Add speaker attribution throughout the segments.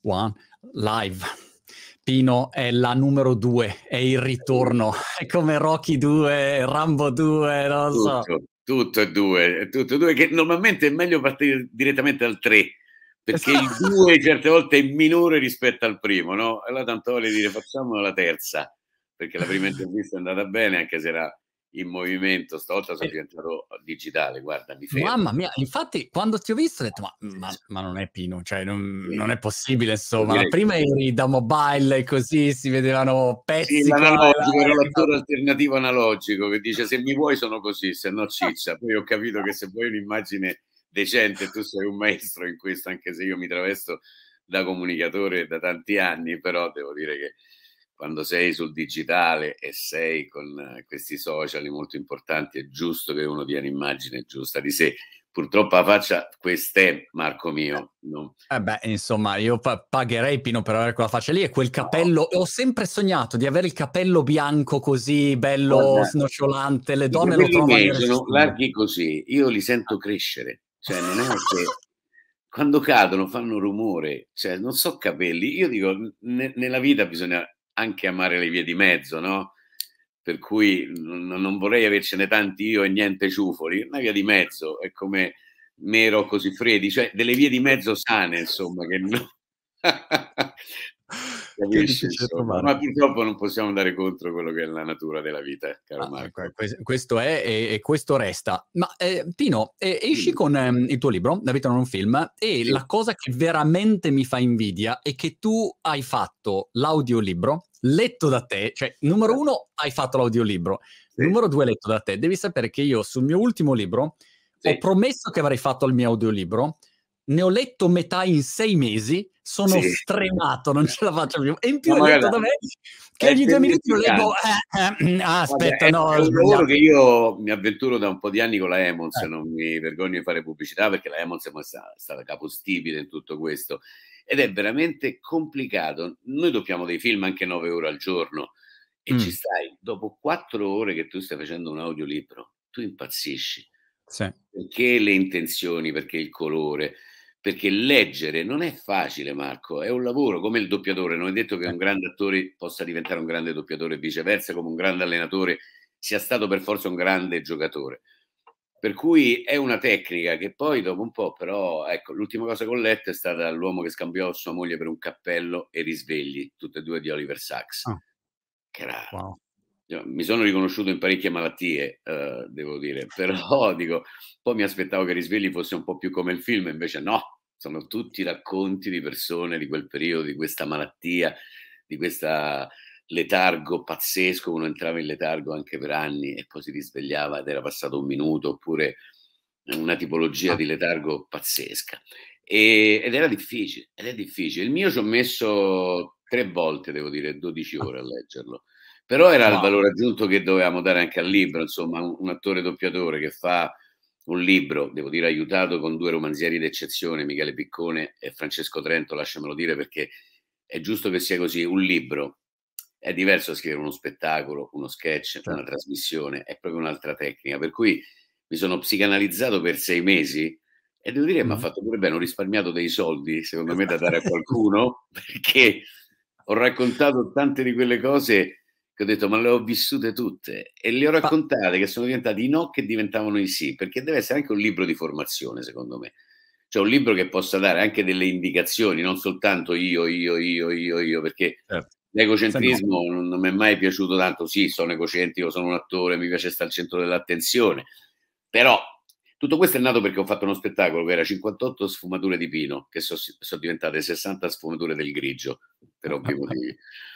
Speaker 1: One, live. Pino è la numero 2, è il ritorno, è come Rocky 2, Rambo 2, non lo so.
Speaker 2: Tutto e due, che normalmente è meglio partire direttamente dal 3, perché il 2 certe volte è minore rispetto al primo, no? Allora tanto vale dire facciamo la terza, perché la prima intervista è andata bene, anche se era in movimento, stavolta sono diventato digitale, guarda, mi fermo.
Speaker 1: Mamma mia, infatti quando ti ho visto ho detto ma non è Pino, cioè non è possibile, insomma. La prima eri da mobile e così si vedevano pezzi.
Speaker 2: Sì, l'analogico, era l'attore alternativo analogico che dice se mi vuoi sono così, se no ciccia. Poi ho capito che se vuoi un'immagine decente tu sei un maestro in questo, anche se io mi travesto da comunicatore da tanti anni, però devo dire che quando sei sul digitale e sei con questi social molto importanti è giusto che uno dia un'immagine giusta di sé. Purtroppo la faccia quest'è, Marco mio. No?
Speaker 1: Beh, insomma, io pagherei Pino per avere quella faccia lì e quel capello. No. Ho sempre sognato di avere il capello bianco così, bello. Guarda, snocciolante. Le donne lo trovano irresistibile.
Speaker 2: Sono larghi così, io li sento crescere. Cioè, non è che quando cadono fanno rumore. Cioè, non so capelli. Io dico, nella vita bisogna anche amare le vie di mezzo, no? Per cui non vorrei avercene tanti io e niente ciufoli. Una via di mezzo è come Mero così freddi, cioè delle vie di mezzo sane, insomma, che no. Capisci, insomma. Ma purtroppo non possiamo andare contro quello che è la natura della vita, caro Marco.
Speaker 1: Questo è e questo resta. Ma Pino, esci con il tuo libro, La vita non è un film, e sì. La cosa che veramente mi fa invidia è che tu hai fatto l'audiolibro letto da te, cioè numero 1 hai fatto l'audiolibro, sì. Numero 2 letto da te. Devi sapere che io sul mio ultimo libro ho promesso che avrei fatto il mio audiolibro, ne ho letto metà in 6 mesi, sono stremato, non ce la faccio più. E in più è letto da me, che ogni 2 minuti io leggo, aspetta, no.
Speaker 2: È un lavoro che io mi avventuro da un po' di anni con la Emons, non mi vergogno di fare pubblicità perché la Emons è stata capostipite in tutto questo. Ed è veramente complicato. Noi doppiamo dei film anche 9 ore al giorno e ci stai. Dopo 4 ore che tu stai facendo un audiolibro, tu impazzisci.
Speaker 1: Sì.
Speaker 2: Perché le intenzioni, perché il colore, perché leggere non è facile, Marco, è un lavoro come il doppiatore. Non è detto che un grande attore possa diventare un grande doppiatore e viceversa, come un grande allenatore sia stato per forza un grande giocatore. Per cui è una tecnica che poi dopo un po', però, ecco, l'ultima cosa che ho letto è stata L'uomo che scambiò sua moglie per un cappello e Risvegli, tutte e due di Oliver Sacks. Che era...
Speaker 1: Wow.
Speaker 2: Mi sono riconosciuto in parecchie malattie, devo dire, però dico, poi mi aspettavo che Risvegli fosse un po' più come il film, invece no, sono tutti racconti di persone di quel periodo, di questa malattia, di questa letargo pazzesco. Uno entrava in letargo anche per anni e poi si risvegliava ed era passato un minuto, oppure una tipologia di letargo pazzesca. Ed era difficile, ed è difficile. Il mio ci ho messo 3 volte, devo dire, 12 ore a leggerlo. Però era il valore aggiunto che dovevamo dare anche al libro, insomma, un attore doppiatore che fa un libro, devo dire aiutato con 2 romanzieri d'eccezione, Michele Piccone e Francesco Trento, lasciamelo dire perché è giusto che sia così. Un libro è diverso da scrivere uno spettacolo, uno sketch, una trasmissione, è proprio un'altra tecnica, per cui mi sono psicanalizzato per 6 mesi e devo dire che mi ha fatto pure bene, ho risparmiato dei soldi, secondo me, da dare a qualcuno, perché ho raccontato tante di quelle cose che ho detto ma le ho vissute tutte e le ho raccontate che sono diventati i no che diventavano i sì, perché deve essere anche un libro di formazione, secondo me, cioè un libro che possa dare anche delle indicazioni, non soltanto io, perché l'egocentrismo non mi è mai piaciuto tanto. Sì, sono egocentrico, sono un attore, mi piace stare al centro dell'attenzione, però tutto questo è nato perché ho fatto uno spettacolo che era 58 sfumature di Pino, che sono diventate 60 sfumature del grigio, per ovvi motivi.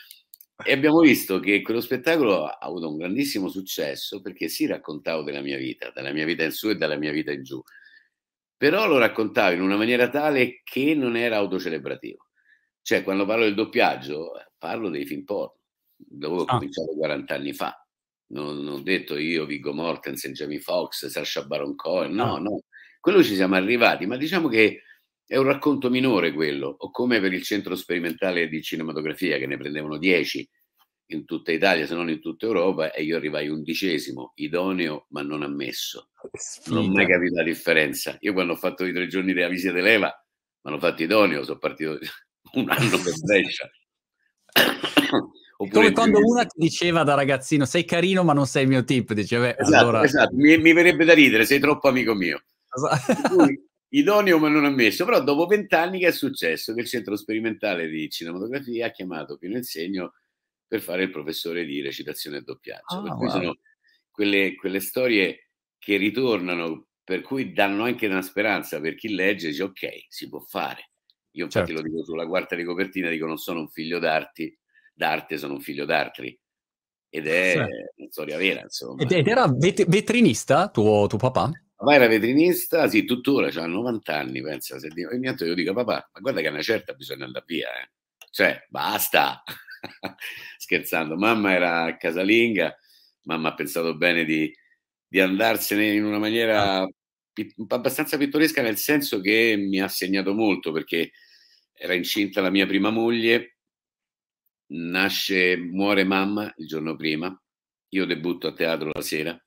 Speaker 2: E abbiamo visto che quello spettacolo ha avuto un grandissimo successo perché si raccontavo della mia vita in su e dalla mia vita in giù. Però lo raccontavo in una maniera tale che non era autocelebrativo. Cioè, quando parlo del doppiaggio, parlo dei film porno, dove ho cominciato 40 anni fa. Non ho detto io, Viggo Mortensen, Jamie Foxx, Sacha Baron Cohen, no. Quello ci siamo arrivati, ma diciamo che è un racconto minore quello, o come per il centro sperimentale di cinematografia che ne prendevano 10 in tutta Italia, se non in tutta Europa, e io arrivai 11°, idoneo ma non ammesso. Non ho mai capito la differenza. Io quando ho fatto i 3 giorni della visita dell'Eva, mi hanno fatto idoneo, sono partito un anno per Brescia.
Speaker 1: Come quando una ti diceva da ragazzino: "Sei carino ma non sei il mio tipo", dice: "Beh, allora".
Speaker 2: Esatto, mi verrebbe da ridere, sei troppo amico mio. Per cui idoneo ma non ammesso, però dopo 20 anni che è successo? Che il Centro Sperimentale di Cinematografia ha chiamato Pino Insegno per fare il professore di recitazione e doppiaggio. Per cui
Speaker 1: Wow.
Speaker 2: sono quelle storie che ritornano, per cui danno anche una speranza per chi legge, dice: "Okay, si può fare". Io infatti lo
Speaker 1: Certo.
Speaker 2: dico sulla quarta di copertina, dico: "Non sono un figlio d'arte, sono un figlio d'artri". Ed
Speaker 1: Sì.
Speaker 2: è una storia vera, insomma.
Speaker 1: Ed era vetrinista tuo papà?
Speaker 2: Papà era veterinista, sì, tuttora, c'ha 90 anni, pensa, se ogni tanto io dico: "Papà, ma guarda che a una certa bisogna andar via, eh. Cioè, basta!" Scherzando. Mamma era casalinga, mamma ha pensato bene di andarsene in una
Speaker 1: Ah,
Speaker 2: maniera abbastanza pittoresca, nel senso che mi ha segnato molto, perché era incinta la mia prima moglie, muore mamma il giorno prima, io debutto a teatro la sera,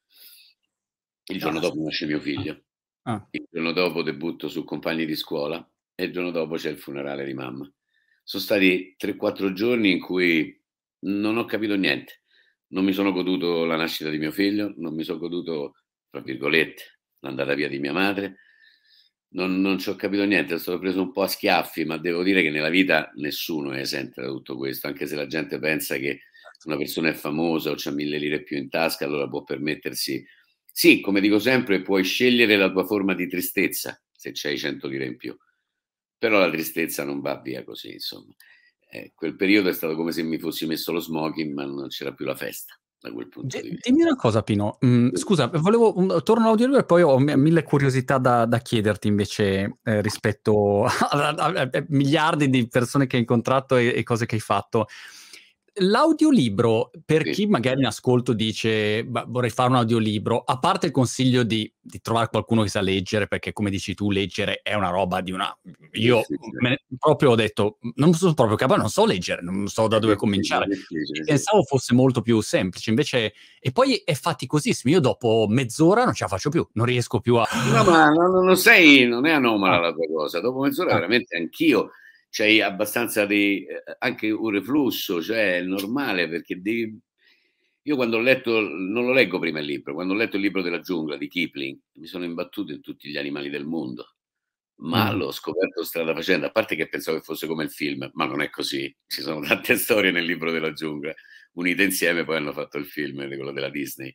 Speaker 2: il giorno
Speaker 1: cas
Speaker 2: dopo nasce mio figlio.
Speaker 1: ah.
Speaker 2: Il giorno dopo debutto su Compagni di scuola e il giorno dopo c'è il funerale di mamma. Sono stati 3, 4 giorni in cui non ho capito niente. Non mi sono goduto la nascita di mio figlio, non mi sono goduto, tra virgolette, l'andata via di mia madre. Non c'ho capito niente, sono stato preso un po' a schiaffi, ma devo dire che nella vita nessuno è esente da tutto questo, anche se la gente pensa che una persona è famosa o c'ha 1000 lire più in tasca, allora può permettersi. Sì, come dico sempre, puoi scegliere la tua forma di tristezza se c'hai 100 lire in più, però la tristezza non va via così, insomma. Quel periodo è stato come se mi fossi messo lo smoking, ma non c'era più la festa da quel punto di vista.
Speaker 1: Dimmi una cosa Pino,
Speaker 2: Sì,
Speaker 1: scusa volevo torno all'audiolibro e poi ho 1000 curiosità da chiederti invece, rispetto a miliardi di persone che hai incontrato e cose che hai fatto. L'audiolibro, per
Speaker 2: sì,
Speaker 1: chi magari in ascolto dice: "Bah, vorrei fare un audiolibro", a parte il consiglio di trovare qualcuno che sa leggere, perché come dici tu leggere è una roba di una io
Speaker 2: difficile,
Speaker 1: me ne proprio ho detto: Non son proprio capace, non so leggere, non so da
Speaker 2: è
Speaker 1: dove
Speaker 2: difficile,
Speaker 1: cominciare".
Speaker 2: è difficile, sì.
Speaker 1: Pensavo fosse molto più semplice, invece e poi è faticosissimo. Io dopo mezz'ora non ce la faccio più, non riesco più a
Speaker 2: No, ma non è anomala
Speaker 1: ah,
Speaker 2: la tua cosa. Dopo mezz'ora
Speaker 1: ah,
Speaker 2: veramente anch'io c'hai abbastanza di anche un reflusso, cioè è normale, perché devi. Io quando ho letto, non lo leggo prima il libro, quando ho letto il libro della giungla di Kipling, mi sono imbattuto in tutti gli animali del mondo, ma
Speaker 1: mh.
Speaker 2: l'ho scoperto strada facendo, a parte che pensavo che fosse come il film, ma non è così. Ci sono tante storie nel libro della giungla, unite insieme poi hanno fatto il film, quello della Disney.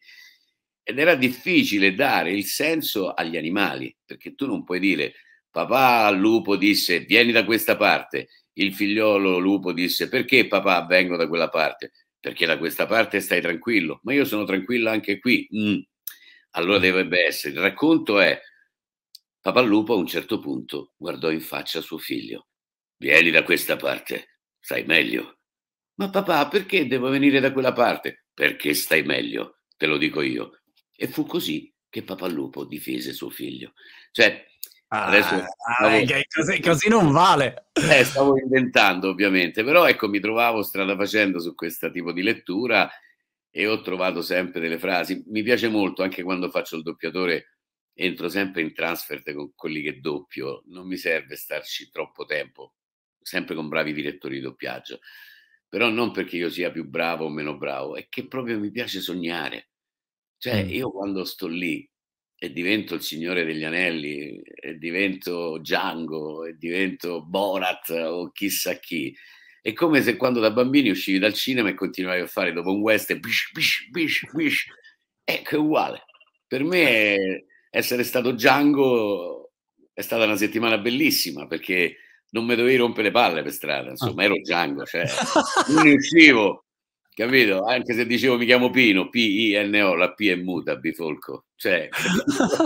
Speaker 2: Ed era difficile dare il senso agli animali, perché tu non puoi dire: "Papà al lupo disse: "Vieni da questa parte". Il figliolo lupo disse: "Perché papà vengo da quella parte?" "Perché da questa parte stai tranquillo". "Ma io sono tranquillo anche qui". Allora dovrebbe essere il racconto è: papà lupo a un certo punto guardò in faccia suo figlio: "Vieni da questa parte, stai meglio". "Ma papà, perché devo venire da quella parte?" "Perché stai meglio, te lo dico io". E fu così che papà lupo difese suo figlio. Cioè, adesso stavo
Speaker 1: Che così non vale.
Speaker 2: stavo inventando ovviamente, però ecco, mi trovavo strada facendo su questa tipo di lettura e ho trovato sempre delle frasi. Mi piace molto anche quando faccio il doppiatore, entro sempre in transfert con quelli che doppio, non mi serve starci troppo tempo, sempre con bravi direttori di doppiaggio, però non perché io sia più bravo o meno bravo, è che proprio mi piace sognare. Cioè,
Speaker 1: Mh.
Speaker 2: io quando sto lì e divento il Signore degli Anelli, e divento Django, e divento Borat o chissà chi, è come se quando da bambini uscivi dal cinema e continuavi a fare dopo un western bish, bish, bish, bish. Ecco, è uguale. Per me essere stato Django è stata una settimana bellissima, perché non mi dovevi rompere le palle per strada,
Speaker 1: Ah.
Speaker 2: insomma, ero Django, cioè non ne uscivo. Capito? Anche se dicevo mi chiamo Pino, P-I-N-O, la P è muta, bifolco, cioè, capito?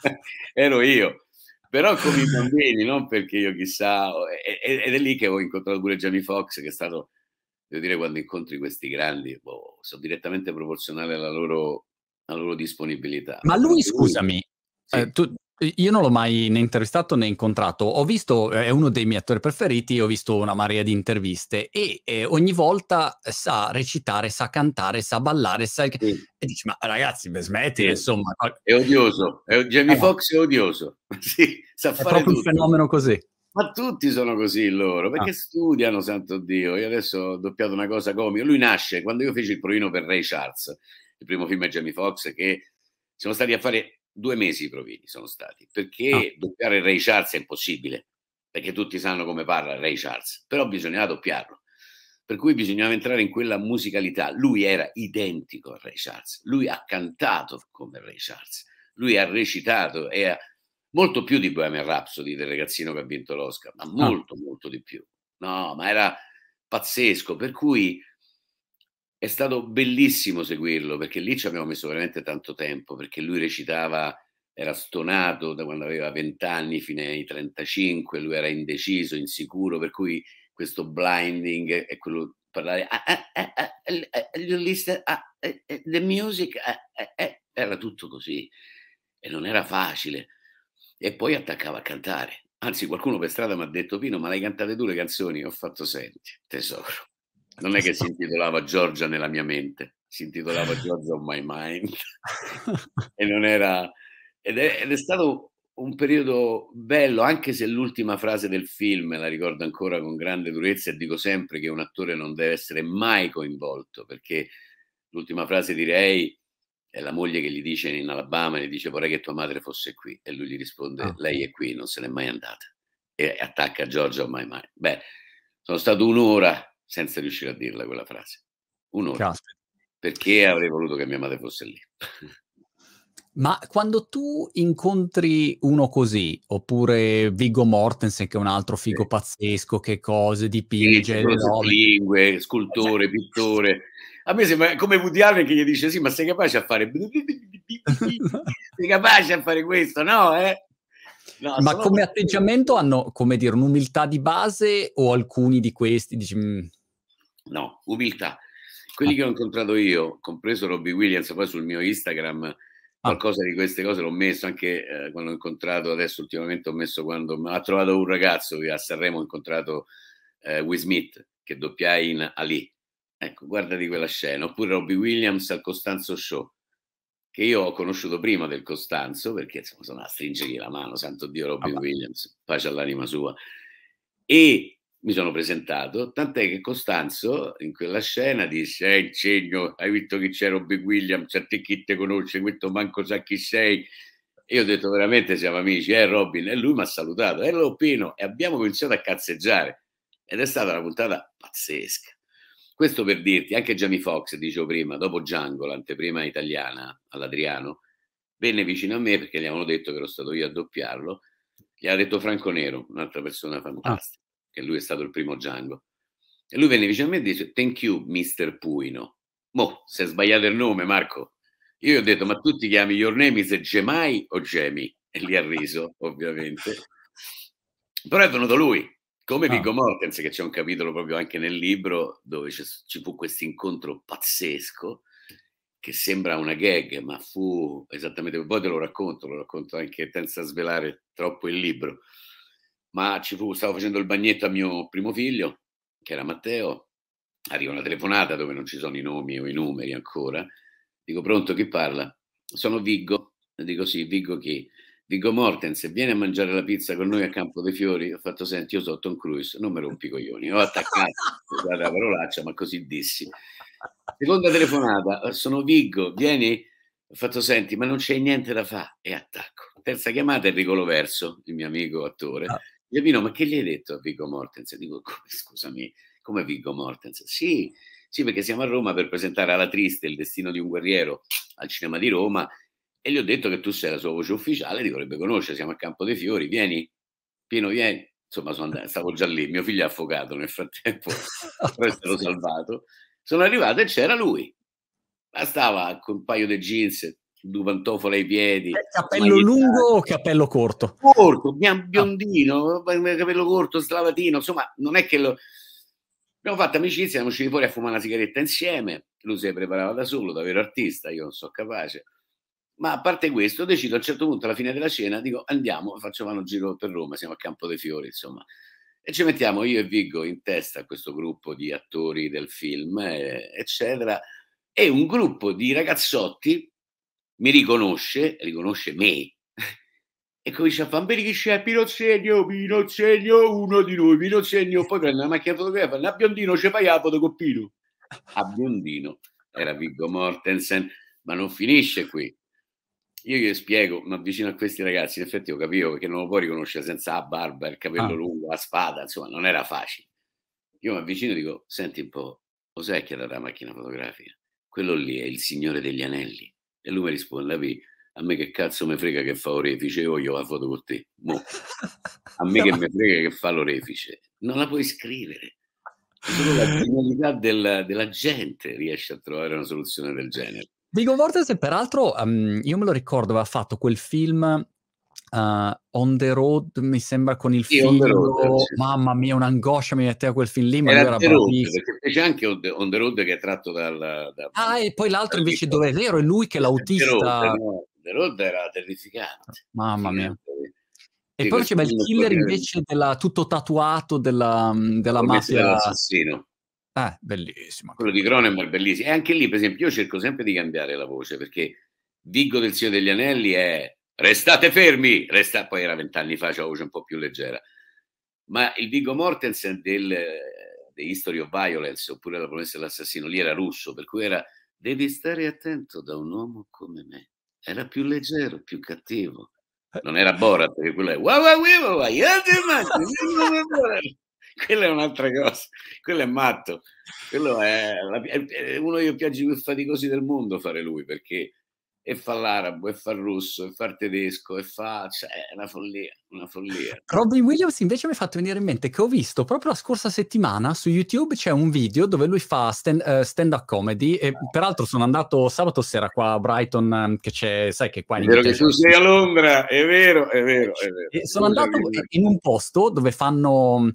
Speaker 2: Ero io. Però come i bambini, non perché io chissà, ed è lì che ho incontrato pure Jamie Foxx, che è stato, devo dire, quando incontri questi grandi, boh, sono direttamente proporzionale alla loro disponibilità.
Speaker 1: Ma
Speaker 2: Però
Speaker 1: lui
Speaker 2: lui,
Speaker 1: scusami,
Speaker 2: sì,
Speaker 1: tu io non l'ho mai né intervistato né incontrato. Ho visto è uno dei miei attori preferiti, ho visto una marea di interviste e, ogni volta sa recitare, sa cantare, sa ballare, sa che
Speaker 2: sì,
Speaker 1: e dici: "Ma ragazzi, beh smettila
Speaker 2: sì.
Speaker 1: insomma".
Speaker 2: È odioso, Jamie Foxx è odioso, sì, sa
Speaker 1: È
Speaker 2: fare
Speaker 1: proprio un
Speaker 2: tutto.
Speaker 1: fenomeno così.
Speaker 2: Ma tutti sono così loro, perché studiano, santo Dio. Io adesso ho doppiato una cosa comica. Lui nasce quando io feci il provino per Ray Charles, il primo film di Jamie Foxx, che siamo stati a fare 2 mesi i provini, sono stati, perché doppiare Ray Charles è impossibile, perché tutti sanno come parla Ray Charles, però bisognava doppiarlo. Per cui bisognava entrare in quella musicalità. Lui era identico a Ray Charles, lui ha cantato come Ray Charles, lui ha recitato e ha molto più di Bohemian Rhapsody, del ragazzino che ha vinto l'Oscar, ma molto, molto di più. No, ma era pazzesco, per cui è stato bellissimo seguirlo, perché lì ci abbiamo messo veramente tanto tempo, perché lui recitava, era stonato da quando aveva 20 anni fino ai 35, lui era indeciso, insicuro, per cui questo blinding è quello parlare the music era tutto così e non era facile. E poi attaccava a cantare. Anzi, qualcuno per strada mi ha detto: Pino, ma l'hai cantate tu le canzoni? Ho fatto: senti, tesoro, non è che si intitolava Giorgia nella mia mente, si intitolava Giorgia on my mind. E non era ed è stato un periodo bello, anche se l'ultima frase del film la ricordo ancora con grande durezza, e dico sempre che un attore non deve essere mai coinvolto, perché l'ultima frase di Ray è la moglie che gli dice in Alabama, gli dice: vorrei che tua madre fosse qui, e lui gli risponde: lei è qui, non se n'è mai andata, e attacca Giorgia on my mind. Beh, sono stato un'ora senza riuscire a dirla quella frase, un'ora, perché avrei voluto che mia madre fosse lì.
Speaker 1: Ma quando tu incontri uno così, oppure Viggo Mortensen, che è un altro figo pazzesco, che cose, dipinge le robe.
Speaker 2: Lingue, scultore, pittore. A me sembra come Woody Allen che gli dice: sì, ma sei capace a fare sei capace a fare questo, no? No,
Speaker 1: ma come atteggiamento hanno, come dire, un'umiltà di base, o alcuni di questi dici
Speaker 2: No, umiltà. Quelli che ho incontrato io, compreso Robbie Williams, poi sul mio Instagram qualcosa di queste cose l'ho messo anche quando ho incontrato, adesso ultimamente ho messo quando mi ha trovato un ragazzo che a Sanremo ho incontrato Will Smith, che doppiai in Ali. Ecco, guarda di quella scena. Oppure Robbie Williams al Costanzo Show, che io ho conosciuto prima del Costanzo, perché insomma sono a stringergli la mano, santo Dio Robbie Williams, pace all'anima sua. E mi sono presentato, tant'è che Costanzo in quella scena dice: insegno, hai visto chi c'è Robbie Williams, a te chi te conosce, questo manco sa chi sei. E io ho detto: veramente siamo amici, Robin? E lui mi ha salutato, Pino, e abbiamo cominciato a cazzeggiare, ed è stata una puntata pazzesca. Questo per dirti, anche Jamie Foxx, dicevo prima, dopo Django, l'anteprima italiana all'Adriano, venne vicino a me perché gli avevano detto che ero stato io a doppiarlo. Gli ha detto Franco Nero, un'altra persona fantastica, che lui è stato il primo Django. E lui venne vicino a me e disse: thank you, Mr. Puino. Mo, si è sbagliato il nome, Marco. Io gli ho detto: ma tu ti chiami Your Name is Gemai o Gemi? E lì ha riso, ovviamente. Però è venuto lui, come Viggo Mortensen, che c'è un capitolo proprio anche nel libro dove ci fu questo incontro pazzesco che sembra una gag, ma fu esattamente, poi te lo racconto anche senza svelare troppo il libro. Ma stavo facendo il bagnetto a mio primo figlio, che era Matteo, arriva una telefonata dove non ci sono i nomi o i numeri ancora, dico: pronto, chi parla? Sono Viggo. E dico: sì, Viggo chi? Viggo Mortensen, vieni a mangiare la pizza con noi a Campo dei Fiori. Ho fatto: senti, io sono Tom Cruise, non mi rompi i coglioni. Ho attaccato, scusate la parolaccia, ma così dissi. Seconda telefonata: sono Viggo, vieni. Ho fatto: senti, ma non c'è niente da fare. E attacco. Terza chiamata, Enrico Loverso, il mio amico attore. Io Pino, ma che gli hai detto a Viggo Mortensen? Dico: scusami, come Viggo Mortensen? Sì, perché siamo a Roma per presentare alla Triste Il destino di un guerriero al Cinema di Roma, e gli ho detto che tu sei la sua voce ufficiale, ti dovrebbe conoscere, siamo a Campo dei Fiori, vieni, Pino, vieni. Insomma, stavo già lì, mio figlio è affogato nel frattempo, però è stato salvato. Sono arrivato e c'era lui, ma stava con un paio di jeans, due pantofole ai piedi,
Speaker 1: capello lungo o capello corto?
Speaker 2: Corto, biondino, capello corto, slavatino, insomma, non è che abbiamo fatto amicizia, siamo usciti fuori a fumare una sigaretta insieme, lui si preparava da solo, da vero artista, io non so capace. Ma a parte questo, decido a un certo punto, alla fine della cena, dico: andiamo, facciamo un giro per Roma, siamo a Campo dei Fiori, insomma, e ci mettiamo io e Viggo in testa a questo gruppo di attori del film, eccetera, e un gruppo di ragazzotti mi riconosce me, e comincia a fare, vedi chi c'è, Pinozegno, uno di noi, Pinozegno, poi prende la macchina fotografica, a Biondino ci fai la foto con Pino. A Biondino era Viggo Mortensen, ma non finisce qui. Io gli spiego, mi avvicino a questi ragazzi, in effetti io capivo perché non lo puoi riconoscere senza la barba, il capello lungo, la spada, insomma, non era facile. Io mi avvicino e dico, senti un po', lo sai chi ha dato la macchina fotografica? Quello lì è il Signore degli Anelli. E lui mi risponde, a me che cazzo mi frega che fa orefice, io voglio la foto con te. Mo. A me che mi frega che fa l'orefice. Non la puoi scrivere. Solo la genialità della gente riesce a trovare una soluzione del genere.
Speaker 1: Viggo Mortensen, peraltro, io me lo ricordo, aveva fatto quel film On the Road, mi sembra, con il
Speaker 2: Sì, On the Road,
Speaker 1: figlio.
Speaker 2: sì.
Speaker 1: Mamma mia, un'angoscia mi metteva quel film lì, ma
Speaker 2: Era
Speaker 1: lui era
Speaker 2: The Road,
Speaker 1: bravissimo.
Speaker 2: perché c'è anche On the Road che è tratto da
Speaker 1: E poi l'altro invece dove è vero, è lui che è l'autista.
Speaker 2: The Road era terrificante.
Speaker 1: Mamma mia. E
Speaker 2: Sì,
Speaker 1: poi
Speaker 2: questo
Speaker 1: faceva il
Speaker 2: film
Speaker 1: killer invece tutto tatuato della
Speaker 2: Promesse
Speaker 1: mafia.
Speaker 2: dell'assassino.
Speaker 1: Bellissimo.
Speaker 2: Quello di Cronenberg, bellissimo. E anche lì, per esempio, io cerco sempre di cambiare la voce, perché Viggo del Signore degli Anelli è restate fermi, poi era 20 anni fa, c'è la voce un po' più leggera. Ma il Viggo Mortensen The History of Violence, oppure La promessa dell'assassino, lì era russo, per cui era devi stare attento da un uomo come me. Era più leggero, più cattivo. Non era Borat, perché quello è quella è un'altra cosa, quello è matto, quello è uno dei viaggi più faticosi del mondo fare lui, perché e fa l'arabo, e fa il russo, e fa il tedesco, è una follia, una follia.
Speaker 1: Robin Williams invece mi ha fatto venire in mente che ho visto proprio la scorsa settimana su YouTube, c'è un video dove lui fa stand-up comedy, e peraltro sono andato sabato sera qua a Brighton, che c'è, sai che qua in
Speaker 2: È vero che
Speaker 1: Inghilterra
Speaker 2: tu sei a Londra, è vero.
Speaker 1: E sono andato in un posto dove fanno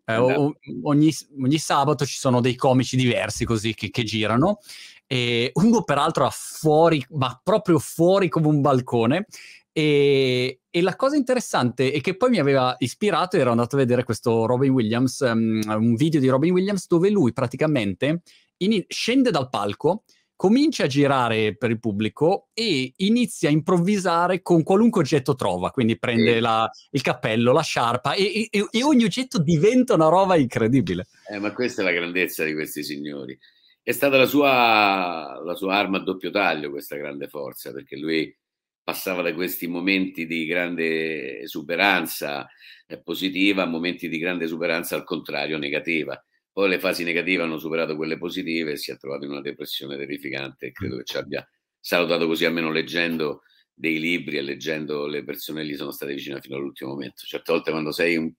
Speaker 1: ogni sabato ci sono dei comici diversi così che girano, e uno peraltro fuori, ma proprio fuori come un balcone. E la cosa interessante è che poi mi aveva ispirato, ero andato a vedere questo Robin Williams, un video di Robin Williams dove lui praticamente scende dal palco, comincia a girare per il pubblico e inizia a improvvisare con qualunque oggetto trova, quindi prende il cappello, la sciarpa e ogni oggetto diventa una roba incredibile.
Speaker 2: Ma questa è la grandezza di questi signori. È stata la sua arma a doppio taglio, questa grande forza, perché lui passava da questi momenti di grande esuberanza positiva a momenti di grande esuberanza al contrario negativa. Poi le fasi negative hanno superato quelle positive e si è trovato in una depressione terrificante, e credo che ci abbia salutato così, almeno leggendo dei libri e leggendo le persone gli sono state vicine fino all'ultimo momento. Certe volte quando sei un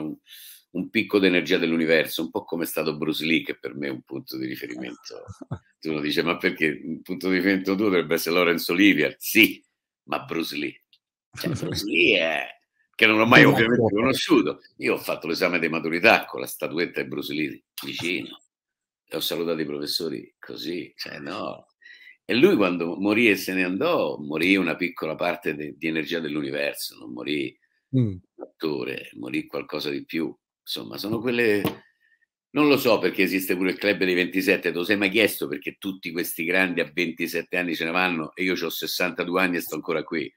Speaker 2: picco d'energia dell'universo, un po' come è stato Bruce Lee, che per me è un punto di riferimento. Tu uno dice, ma perché un punto di riferimento tuo dovrebbe essere Laurence Olivier? Sì, ma Bruce Lee. Bruce Lee è... che non ho mai ovviamente conosciuto. Io ho fatto l'esame di maturità con la statuetta di Bruce Lee vicino e ho salutato i professori così, no. E lui quando morì e se ne andò, morì una piccola parte di energia dell'universo, non morì un attore, morì qualcosa di più. Insomma, sono quelle... Non lo so perché esiste pure il club dei 27, te lo sei mai chiesto perché tutti questi grandi a 27 anni ce ne vanno e io ho 62 anni e sto ancora qui?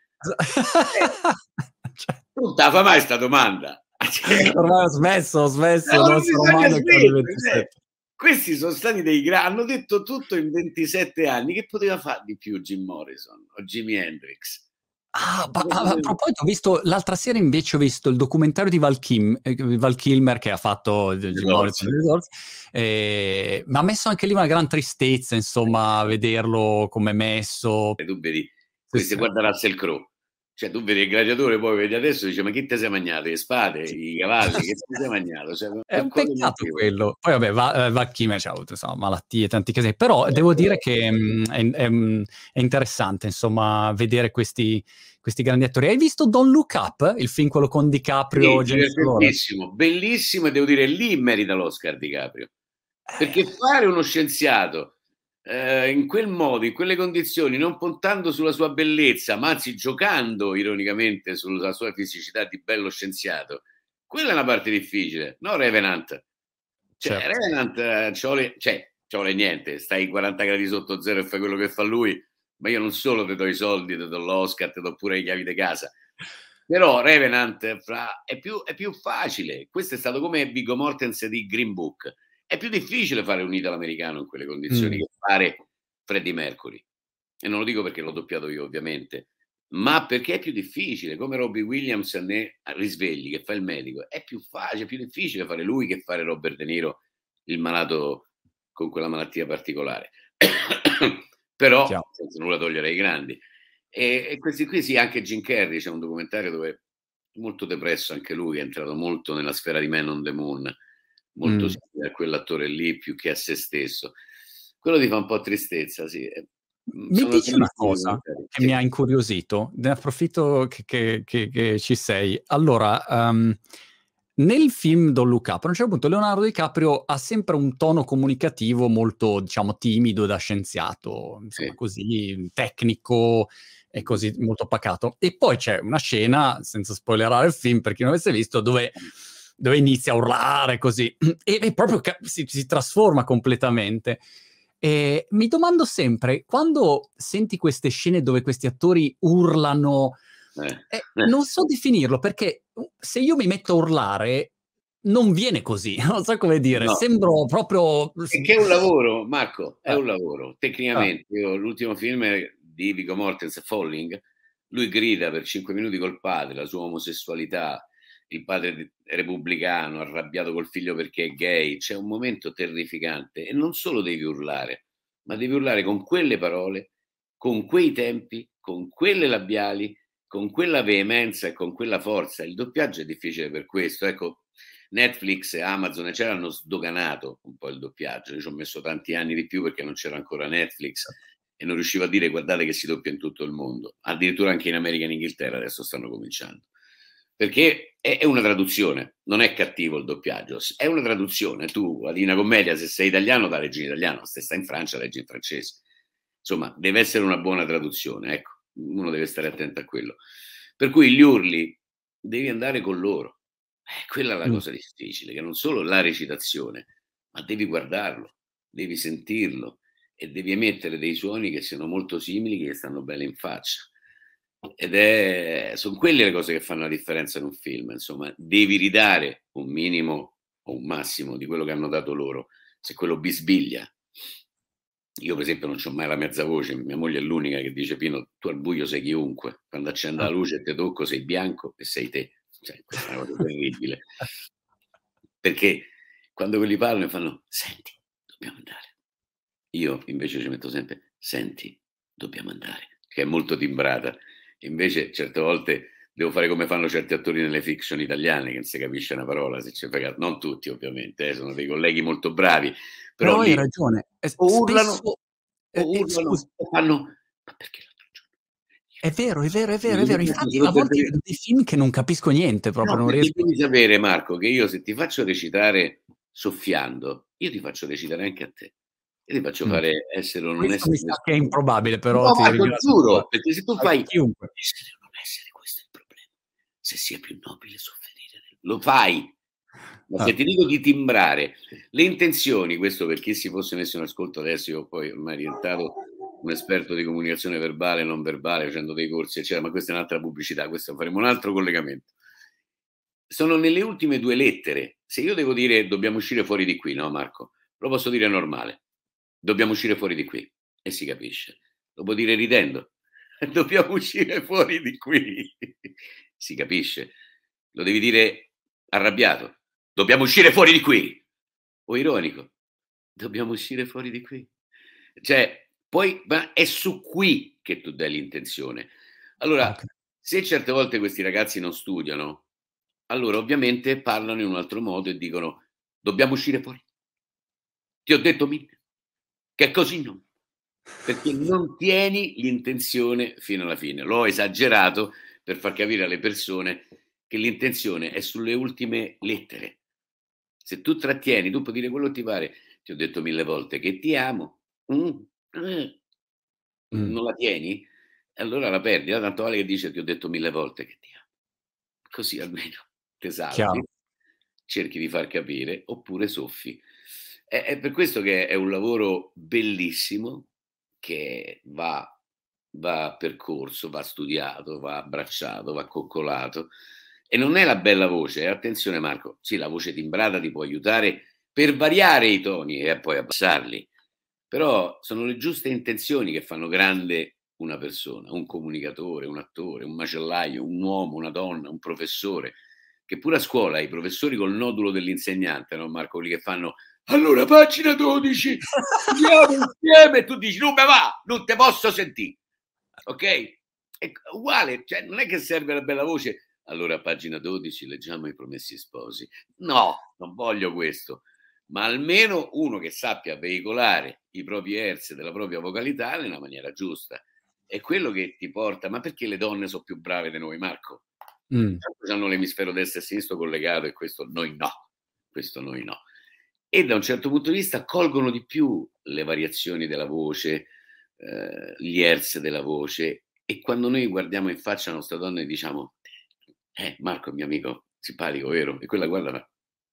Speaker 2: Non te la fa mai sta domanda.
Speaker 1: Ormai ho smesso, non sono mai nel club dei 27.
Speaker 2: Questi sono stati dei grandi, hanno detto tutto in 27 anni. Che poteva fare di più Jim Morrison o Jimi Hendrix?
Speaker 1: A proposito, ho visto l'altra sera invece ho visto il documentario di Val Kilmer che ha fatto Jim Morrison, ma ha messo anche lì una gran tristezza, insomma, vederlo come messo.
Speaker 2: E tu vedi, questi guarda Russell Crowe. Cioè, tu vedi il gladiatore, poi vedi adesso e dici, ma chi te sei mangiato? Le spade, i cavalli, che ti sei mangiato?
Speaker 1: È un peccato quello. Poi vabbè, Val Kilmer c'ha avuto malattie, tanti casi, però devo dire che è interessante, insomma, vedere questi grandi attori. Hai visto Don't Look Up, il film quello con DiCaprio?
Speaker 2: Sì, bellissimo, bellissimo, e devo dire, lì merita l'Oscar DiCaprio. Perché fare uno scienziato in quel modo, in quelle condizioni, non puntando sulla sua bellezza, ma anzi giocando ironicamente sulla sua fisicità di bello scienziato, quella è una parte difficile, no Revenant? Cioè, certo. Revenant ci vuole niente, stai 40 gradi sotto zero e fai quello che fa lui, ma io non solo ti do i soldi, ti do l'Oscar, ti do pure le chiavi di casa. Però Revenant è più facile. Questo è stato come Viggo Mortensen di Green Book. È più difficile fare un italo-americano in quelle condizioni che fare Freddie Mercury. E non lo dico perché l'ho doppiato io, ovviamente, ma perché è più difficile. Come Robbie Williams nei Risvegli, che fa il medico. È più facile, è più difficile fare lui che fare Robert De Niro, il malato con quella malattia particolare. Però, senza nulla togliere ai grandi. E questi qui sì, anche Jim Carrey, c'è un documentario dove è molto depresso anche lui, è entrato molto nella sfera di Man on the Moon, molto simile a quell'attore lì più che a se stesso. Quello ti fa un po' tristezza, sì.
Speaker 1: Mi dici una cosa che mi ha incuriosito, ne approfitto che ci sei. Allora, nel film Don't Look Up, a un certo punto Leonardo DiCaprio ha sempre un tono comunicativo molto, diciamo, timido da scienziato, insomma, così tecnico e così molto pacato. E poi c'è una scena, senza spoilerare il film per chi non avesse visto, dove inizia a urlare così e proprio si trasforma completamente. E mi domando sempre, quando senti queste scene dove questi attori urlano, non so definirlo, perché se io mi metto a urlare non viene così, non so come dire,
Speaker 2: No.
Speaker 1: sembro proprio...
Speaker 2: È che è un lavoro, Marco, è un lavoro. Tecnicamente, io l'ultimo film di Viggo Mortensen, Falling, lui grida per 5 minuti col padre, la sua omosessualità, il padre repubblicano, arrabbiato col figlio perché è gay. C'è un momento terrificante e non solo devi urlare, ma devi urlare con quelle parole, con quei tempi, con quelle labiali, con quella veemenza e con quella forza. Il doppiaggio è difficile per questo. Ecco, Netflix e Amazon eccetera hanno sdoganato un po' il doppiaggio. Io ci ho messo tanti anni di più perché non c'era ancora Netflix e non riuscivo a dire guardate che si doppia in tutto il mondo, addirittura anche in America e in Inghilterra adesso stanno cominciando, perché è una traduzione, non è cattivo il doppiaggio, è una traduzione. Tu a Divina Commedia, se sei italiano la leggi in italiano, se stai in Francia leggi in francese, insomma deve essere una buona traduzione, ecco, uno deve stare attento a quello, per cui gli urli devi andare con loro. Quella è la cosa difficile, che non solo la recitazione, ma devi guardarlo, devi sentirlo e devi emettere dei suoni che siano molto simili, che stanno bene in faccia. Sono quelle le cose che fanno la differenza in un film, insomma, devi ridare un minimo o un massimo di quello che hanno dato loro. Se quello bisbiglia, io per esempio non c'ho mai la mezza voce, mia moglie è l'unica che dice Pino, tu al buio sei chiunque, quando accendo la luce e te tocco sei bianco e sei te. Cioè, questa è una cosa terribile. Perché quando quelli parlano fanno, senti, dobbiamo andare. Io invece ci metto sempre, senti, dobbiamo andare, che è molto timbrata. Invece certe volte devo fare come fanno certi attori nelle fiction italiane, che non si capisce una parola, se ci frega. Non tutti ovviamente, sono dei colleghi molto bravi, però lì
Speaker 1: hai ragione.
Speaker 2: o urlano,
Speaker 1: Spesso,
Speaker 2: o urlano, o fanno, ma perché l'altro giorno?
Speaker 1: È vero, è vero, è vero, è vero. Infatti a volte vedo dei film che non capisco niente, proprio
Speaker 2: No,
Speaker 1: non
Speaker 2: perché
Speaker 1: riesco.
Speaker 2: devi sapere, Marco, che io se ti faccio recitare soffiando, io ti faccio recitare anche a te. Io ti faccio fare essere o non
Speaker 1: Questo
Speaker 2: essere
Speaker 1: mi sa che è
Speaker 2: nessuno.
Speaker 1: improbabile, però
Speaker 2: No,
Speaker 1: ti
Speaker 2: ma te lo
Speaker 1: ringrazio.
Speaker 2: giuro, perché se tu
Speaker 1: A
Speaker 2: fai
Speaker 1: chiunque.
Speaker 2: essere o non essere, questo è il problema. Se sia più nobile sofferire, lo fai. Ma se ti dico di timbrare le intenzioni, questo per chi si fosse messo in ascolto adesso, io poi ormai diventato un esperto di comunicazione verbale e non verbale, facendo dei corsi, eccetera, ma questa è un'altra pubblicità, questo faremo un altro collegamento. Sono nelle ultime due lettere. Se io devo dire dobbiamo uscire fuori di qui, no Marco? Lo posso dire normale. Dobbiamo uscire fuori di qui. E si capisce. Lo può dire ridendo. Dobbiamo uscire fuori di qui. Si capisce. Lo devi dire arrabbiato. Dobbiamo uscire fuori di qui. O ironico. Dobbiamo uscire fuori di qui. Cioè, poi ma è su qui che tu dai l'intenzione. Allora, se certe volte questi ragazzi non studiano, allora ovviamente parlano in un altro modo e dicono dobbiamo uscire fuori. Ti ho detto mille, che è così non. Perché non tieni l'intenzione fino alla fine. L'ho esagerato per far capire alle persone che l'intenzione è sulle ultime lettere. Se tu trattieni, tu puoi dire quello che ti pare, ti ho detto mille volte che ti amo, non la tieni, allora la perdi. Tanto vale che dice ti ho detto mille volte che ti amo. Così almeno te salvi, cerchi di far capire, oppure soffi. È per questo che è un lavoro bellissimo, che va va percorso, va studiato, va abbracciato, va coccolato. E non è la bella voce, attenzione Marco, sì, la voce timbrata ti può aiutare per variare i toni e poi abbassarli, però sono le giuste intenzioni che fanno grande una persona, un comunicatore, un attore, un macellaio, un uomo, una donna, un professore, che pure a scuola i professori col nodulo dell'insegnante, no Marco, quelli che fanno allora pagina 12, studiamo insieme, e tu dici non me va, non te posso sentire, ok? È uguale, cioè non è che serve la bella voce, allora a pagina 12 leggiamo i Promessi Sposi. No, non voglio questo, ma almeno uno che sappia veicolare i propri hertz della propria vocalità nella maniera giusta. È quello che ti porta, ma perché le donne sono più brave di noi, Marco? Hanno l'emisfero destro e sinistro collegato e questo noi no, questo noi no. E da un certo punto di vista colgono di più le variazioni della voce, gli hertz della voce, e quando noi guardiamo in faccia la nostra donna e diciamo Marco è mio amico simpatico, vero? E quella guarda,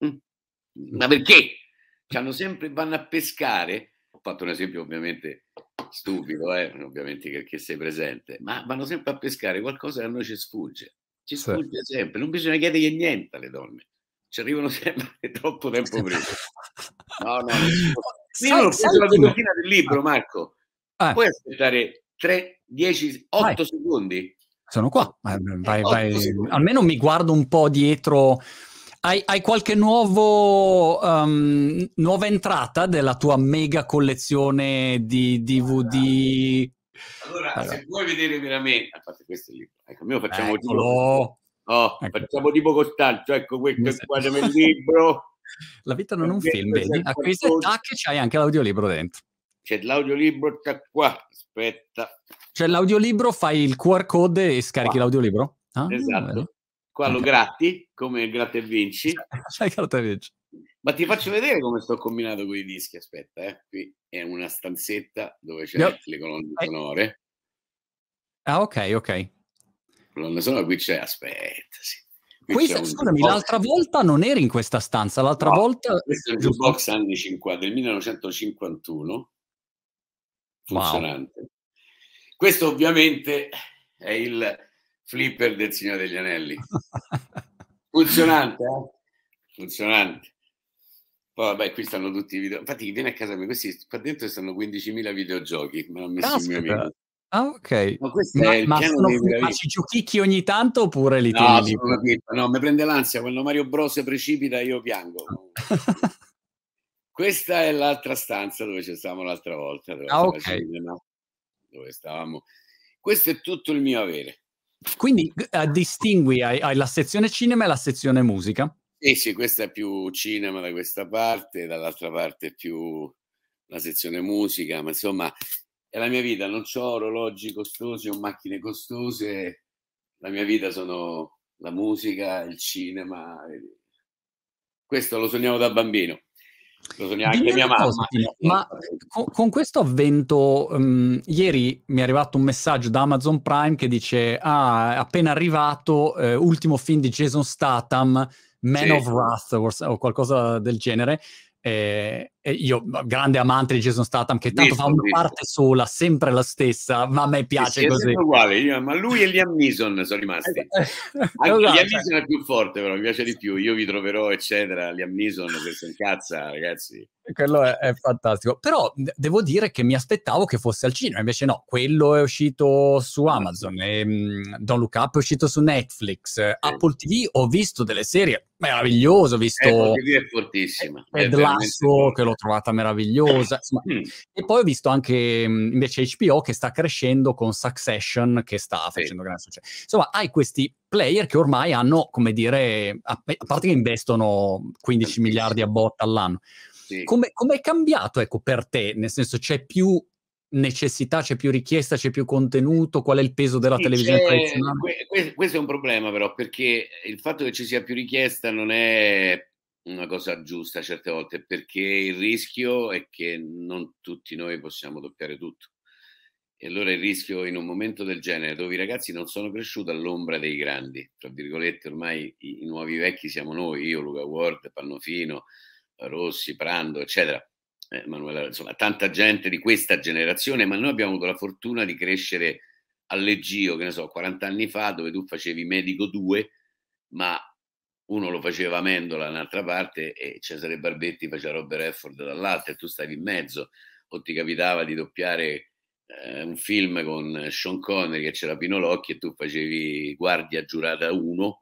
Speaker 2: ma perché? Vanno a pescare, ho fatto un esempio ovviamente stupido, ovviamente che sei presente, ma vanno sempre a pescare qualcosa che a noi ci sfugge sempre, non bisogna chiedergli niente alle donne, ci arrivano sempre troppo tempo prima. No, io non ho preso la copertina del libro, Marco, puoi aspettare 3, 10, 8 secondi?
Speaker 1: Sono qua, vai. Almeno mi guardo un po' dietro. Hai qualche nuova entrata della tua mega collezione di DVD?
Speaker 2: Allora, se vuoi vedere veramente, a parte questo è il libro, ecco, noi facciamo
Speaker 1: ecco.
Speaker 2: tipo Costanzo, ecco questo è il quadro del libro.
Speaker 1: La vita non è un film, vedi? A queste tacche c'hai anche l'audiolibro dentro.
Speaker 2: C'è l'audiolibro, sta qua, aspetta.
Speaker 1: Cioè l'audiolibro, fai il QR code e scarichi l'audiolibro?
Speaker 2: Esatto. Qua lo gratti, come gratta e vinci. Ma ti faccio vedere come sto combinato con i dischi, aspetta, qui è una stanzetta dove c'è le colonne sonore.
Speaker 1: Ah, ok.
Speaker 2: Colonne sonore, qui c'è, aspetta, sì.
Speaker 1: Scusami, l'altra volta non eri in questa stanza, l'altra volta...
Speaker 2: Questo è il jukebox anni 50, del 1951, funzionante. Wow. Questo ovviamente è il flipper del Signore degli Anelli. Funzionante, Funzionante. Poi vabbè, qui stanno tutti i video. Infatti chi viene a casa mia, questi qua dentro stanno 15.000 videogiochi, me l'ha messo il mio amico.
Speaker 1: Ah, ok.
Speaker 2: Ma questo è il piano dei
Speaker 1: ma ci giochicchi ogni tanto oppure li tieni lì?
Speaker 2: No, mi prende l'ansia, quando Mario Bros precipita io piango. Questa è l'altra stanza dove ci stavamo l'altra volta, dove stavamo. Questo è tutto il mio avere.
Speaker 1: Quindi distingui, hai la sezione cinema e la sezione musica?
Speaker 2: Sì, questa è più cinema da questa parte, dall'altra parte è più la sezione musica, ma insomma è la mia vita, non ho orologi costosi o macchine costose, la mia vita sono la musica, il cinema. Questo lo sognavo da bambino. Lo sognava anche mia mamma.
Speaker 1: Ma con questo avvento, ieri mi è arrivato un messaggio da Amazon Prime che dice: appena arrivato, ultimo film di Jason Statham, Man of Wrath o qualcosa del genere. E io, grande amante di Jason Statham, che tanto fa una parte sola, sempre la stessa, ma a me piace così.
Speaker 2: È uguale, ma lui e Liam Neeson sono rimasti. Liam Neeson è più forte, però mi piace di più. Io vi troverò, eccetera. Liam Neeson, se si incazza, ragazzi.
Speaker 1: Quello è fantastico. Però devo dire che mi aspettavo che fosse al cinema, invece no, quello è uscito su Amazon, e Don't Look Up è uscito su Netflix, Apple TV ho visto delle serie meravigliose, ho visto
Speaker 2: Apple TV è fortissima.
Speaker 1: Ted Lasso, che l'ho trovata meravigliosa, insomma. E poi ho visto anche invece HBO che sta crescendo con Succession, che sta facendo grande successo. Insomma, hai questi player che ormai hanno, come dire, a parte che investono 15 miliardi a botta all'anno. Sì. Come è cambiato, ecco, per te? Nel senso, c'è più necessità, c'è più richiesta, c'è più contenuto? Qual è il peso della televisione tradizionale?
Speaker 2: Questo è un problema, però, perché il fatto che ci sia più richiesta non è una cosa giusta certe volte, perché il rischio è che non tutti noi possiamo doppiare tutto. E allora il rischio in un momento del genere, dove i ragazzi non sono cresciuti all'ombra dei grandi, tra virgolette, ormai i nuovi vecchi siamo noi, io, Luca Ward, Pannofino, Rossi, Prando, eccetera. Manuela, insomma, tanta gente di questa generazione, ma noi abbiamo avuto la fortuna di crescere al Leggio, che ne so, 40 anni fa, dove tu facevi medico 2, ma uno lo faceva Amendola dall'altra parte e Cesare Barbetti faceva Robert Redford dall'altra e tu stavi in mezzo, o ti capitava di doppiare un film con Sean Connery che c'era Pino Locchi e tu facevi Guardia Giurata 1,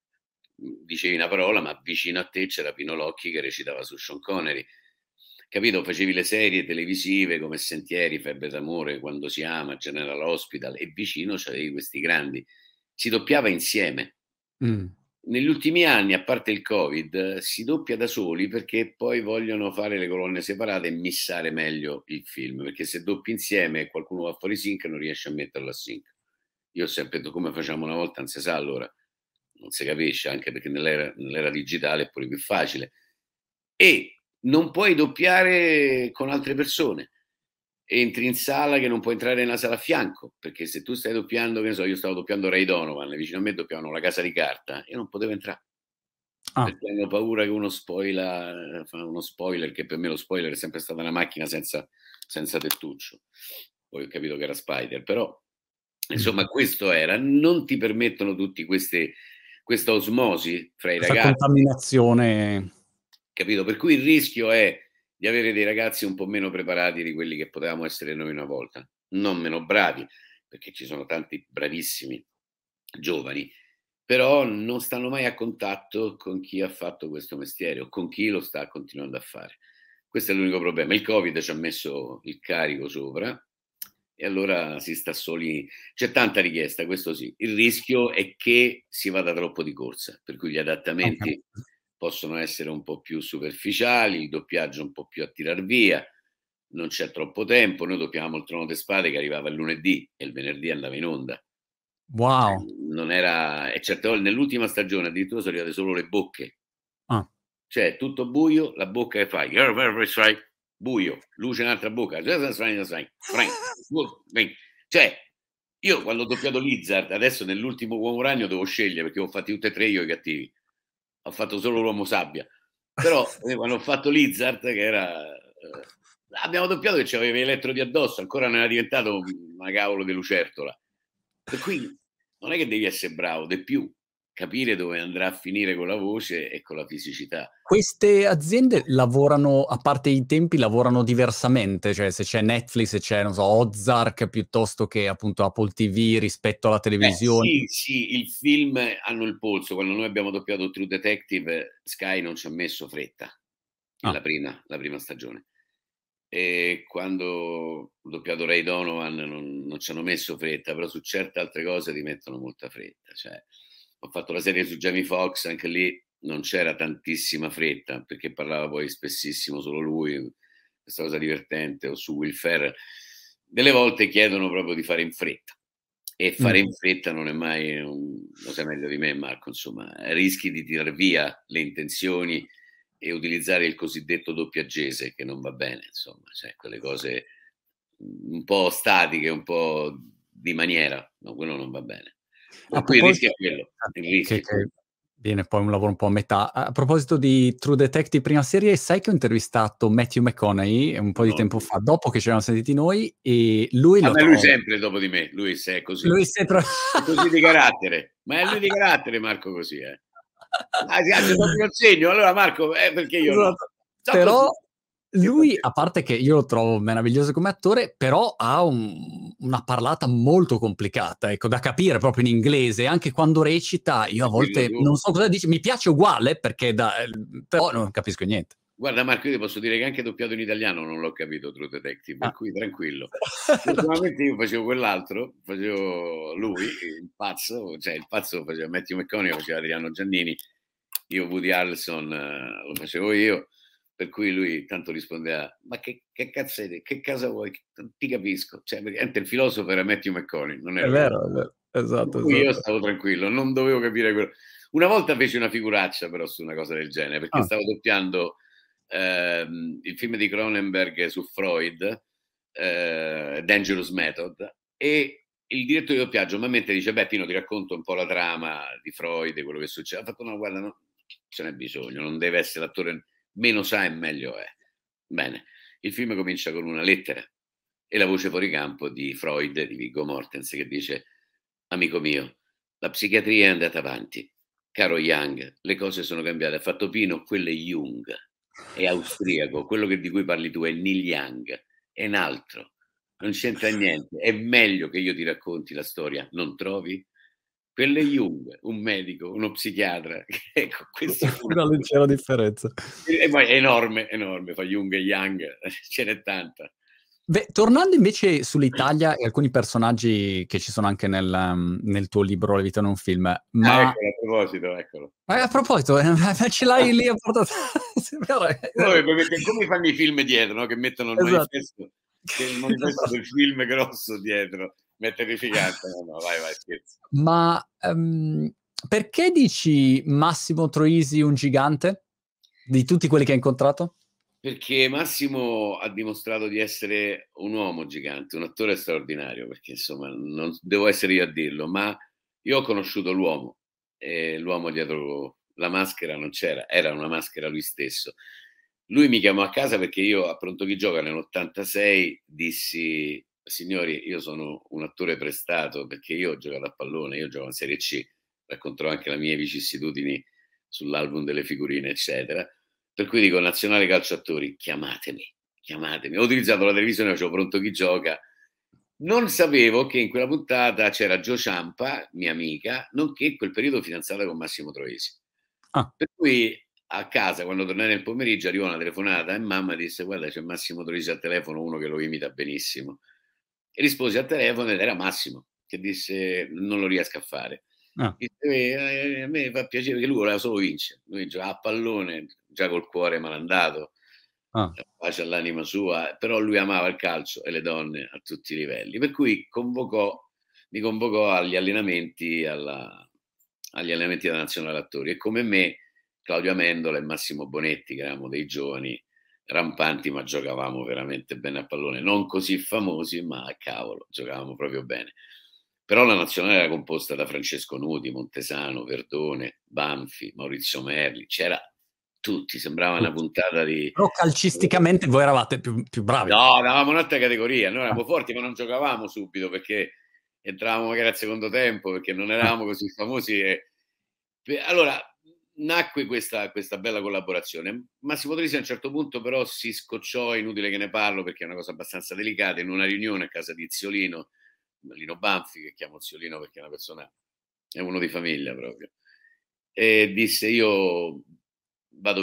Speaker 2: dicevi una parola ma vicino a te c'era Pino Locchi che recitava su Sean Connery, capito? Facevi le serie televisive come Sentieri, Febbre d'amore, Quando si ama, General Hospital e vicino c'avevi questi grandi, si doppiava insieme. Negli ultimi anni, a parte il Covid, si doppia da soli perché poi vogliono fare le colonne separate e missare meglio il film, perché se doppi insieme e qualcuno va fuori sync non riesce a metterlo a sync. Io ho sempre detto come facciamo una volta, non si sa allora, non si capisce, anche perché nell'era digitale è pure più facile. E non puoi doppiare con altre persone. Entri in sala che non puoi entrare nella sala a fianco, perché se tu stai doppiando, che ne so, io stavo doppiando Ray Donovan, vicino a me doppiavano La Casa di Carta, io non potevo entrare. Perché hanno paura che uno fa uno spoiler, che per me lo spoiler è sempre stata una macchina senza tettuccio. Poi ho capito che era Spider, però insomma questo era, non ti permettono tutti questa osmosi fra i
Speaker 1: Questa
Speaker 2: ragazzi.
Speaker 1: contaminazione.
Speaker 2: Capito? Per cui il rischio è di avere dei ragazzi un po' meno preparati di quelli che potevamo essere noi una volta, non meno bravi, perché ci sono tanti bravissimi giovani, però non stanno mai a contatto con chi ha fatto questo mestiere o con chi lo sta continuando a fare. Questo è l'unico problema. Il Covid ci ha messo il carico sopra e allora si sta soli. C'è tanta richiesta, questo sì. Il rischio è che si vada troppo di corsa, per cui gli adattamenti possono essere un po' più superficiali, il doppiaggio un po' più a tirar via, non c'è troppo tempo. Noi doppiavamo il Trono de Spade che arrivava il lunedì e il venerdì andava in onda.
Speaker 1: Wow.
Speaker 2: Non era, e certe volte nell'ultima stagione addirittura sono arrivate solo le bocche. Cioè tutto buio, la bocca che fai, buio, luce un'altra bocca, cioè io quando ho doppiato Lizard, adesso nell'ultimo Uomo Ragno devo scegliere perché ho fatti tutti e tre io i cattivi, ho fatto solo l'Uomo Sabbia, però quando ho fatto Lizard che era abbiamo doppiato che c'aveva elettrodi addosso, ancora non era diventato una cavolo di lucertola, per cui non è che devi essere bravo, di più capire dove andrà a finire con la voce e con la fisicità.
Speaker 1: Queste aziende lavorano, a parte i tempi, lavorano diversamente, cioè se c'è Netflix, se c'è, non so, Ozark piuttosto che appunto Apple TV rispetto alla televisione.
Speaker 2: Sì, il film hanno il polso. Quando noi abbiamo doppiato True Detective, Sky non ci ha messo fretta, la prima stagione. E quando ho doppiato Ray Donovan non ci hanno messo fretta, però su certe altre cose ti mettono molta fretta. Cioè, ho fatto la serie su Jamie Foxx, anche lì non c'era tantissima fretta, perché parlava poi spessissimo solo lui, questa cosa divertente, o su Will Ferrell. Delle volte chiedono proprio di fare in fretta, e fare in fretta non è mai, lo sai meglio di me Marco, insomma, rischi di tirar via le intenzioni e utilizzare il cosiddetto doppiaggese, che non va bene, insomma, cioè quelle cose un po' statiche, un po' di maniera, no, quello non va bene. Per cui il rischio è quello.
Speaker 1: Che viene poi un lavoro un po' a metà. A proposito di True Detective prima serie, sai che ho intervistato Matthew McConaughey un po' di tempo fa, dopo che ci eravamo sentiti noi, e lui lo
Speaker 2: lui sempre dopo di me, lui è così.
Speaker 1: Lui sempre
Speaker 2: è così di carattere, ma è lui di carattere Marco così, se doppio il segno, allora Marco, perché io no?
Speaker 1: Però lui, a parte che io lo trovo meraviglioso come attore, però ha una parlata molto complicata, ecco, da capire proprio in inglese. Anche quando recita, io a volte non so cosa dice, mi piace uguale, perché però non capisco niente.
Speaker 2: Guarda Marco, io ti posso dire che anche doppiato in italiano non l'ho capito True Detective, per cui tranquillo. Ultimamente io facevo quell'altro, facevo lui, il pazzo, cioè il pazzo lo faceva Matthew McConaughey, faceva Adriano Giannini, io Woody Harrelson lo facevo io, per cui lui tanto rispondeva, ma che cazzo è, che cosa vuoi? Non ti capisco. Cioè, il filosofo era Matthew McConaughey, non era
Speaker 1: è vero. Esatto.
Speaker 2: Io stavo tranquillo, non dovevo capire quello. Una volta feci una figuraccia però su una cosa del genere, perché stavo doppiando il film di Cronenberg su Freud, Dangerous Method, e il direttore di doppiaggio mi dice, beh Pino, ti racconto un po' la trama di Freud, quello che succede. Ha fatto una guarda, no, ce n'è bisogno, non deve essere l'attore, meno sa e meglio è. Bene, Il film comincia con una lettera e la voce fuori campo di Freud, di Viggo Mortensen, che dice: amico mio, la psichiatria è andata avanti. Caro Young, le cose sono cambiate. Ha fatto Pino, quello è Jung, è austriaco. Quello di cui parli tu è Neil Young, è un altro. Non c'entra niente. È meglio che io ti racconti la storia, non trovi? Quello è Jung, un medico, uno psichiatra. Ecco, questo è
Speaker 1: Una leggera differenza.
Speaker 2: e poi è enorme, enorme, fa Jung e Young, ce n'è tanta.
Speaker 1: Beh, tornando invece sull'Italia e alcuni personaggi che ci sono anche nel tuo libro La vita in un film,
Speaker 2: Ah,
Speaker 1: ma
Speaker 2: eccolo, a proposito, eccolo.
Speaker 1: a proposito, ce l'hai lì a portata
Speaker 2: Come fanno i film dietro, no? Che mettono il
Speaker 1: esatto.
Speaker 2: manifesto, che il manifesto del film grosso dietro, ma è terrificante. No, vai, scherzo.
Speaker 1: Ma perché dici Massimo Troisi un gigante di tutti quelli che hai incontrato?
Speaker 2: Perché Massimo ha dimostrato di essere un uomo gigante, un attore straordinario, perché insomma non devo essere io a dirlo, ma io ho conosciuto l'uomo e l'uomo dietro la maschera non c'era, era una maschera lui stesso. Lui mi chiamò a casa perché io a Pronto Chi Gioca nell'86 dissi: signori, io sono un attore prestato perché io ho giocato a pallone, io gioco in Serie C, racconterò anche le mie vicissitudini sull'album delle figurine, eccetera. Per cui dico: Nazionale Calcio Attori, chiamatemi. Ho utilizzato la televisione, facevo Pronto Chi Gioca. Non sapevo che in quella puntata c'era Gio Ciampa, mia amica, nonché in quel periodo fidanzata con Massimo Troisi.
Speaker 1: Ah.
Speaker 2: Per cui a casa, quando tornai nel pomeriggio, arrivò una telefonata e mamma disse: guarda, c'è Massimo Troisi al telefono, uno che lo imita benissimo. E risposi al telefono ed era Massimo, che disse: non lo riesco a fare.
Speaker 1: Ah.
Speaker 2: A me fa piacere che lui voleva solo vincere. Lui giocava a pallone, già col cuore malandato,
Speaker 1: Ah.
Speaker 2: pace all'anima sua, però lui amava il calcio e le donne a tutti i livelli. Per cui mi convocò agli allenamenti della Nazionale Attori e come me Claudio Amendola e Massimo Bonetti, che eravamo dei giovani rampanti, ma giocavamo veramente bene a pallone, non così famosi, ma a cavolo, giocavamo proprio bene. Però la nazionale era composta da Francesco Nuti, Montesano, Verdone, Banfi, Maurizio Merli, c'era tutti, sembrava una puntata di...
Speaker 1: Però calcisticamente voi eravate più bravi.
Speaker 2: No, eravamo un'altra categoria, noi eravamo forti, ma non giocavamo subito perché entravamo magari al secondo tempo, perché non eravamo così famosi. Allora, nacque questa bella collaborazione. Massimo Troisi a un certo punto però si scocciò, inutile che ne parlo perché è una cosa abbastanza delicata, in una riunione a casa di Ziolino, Lino Banfi, che chiamo Ziolino perché è una persona, è uno di famiglia proprio, e disse: io vado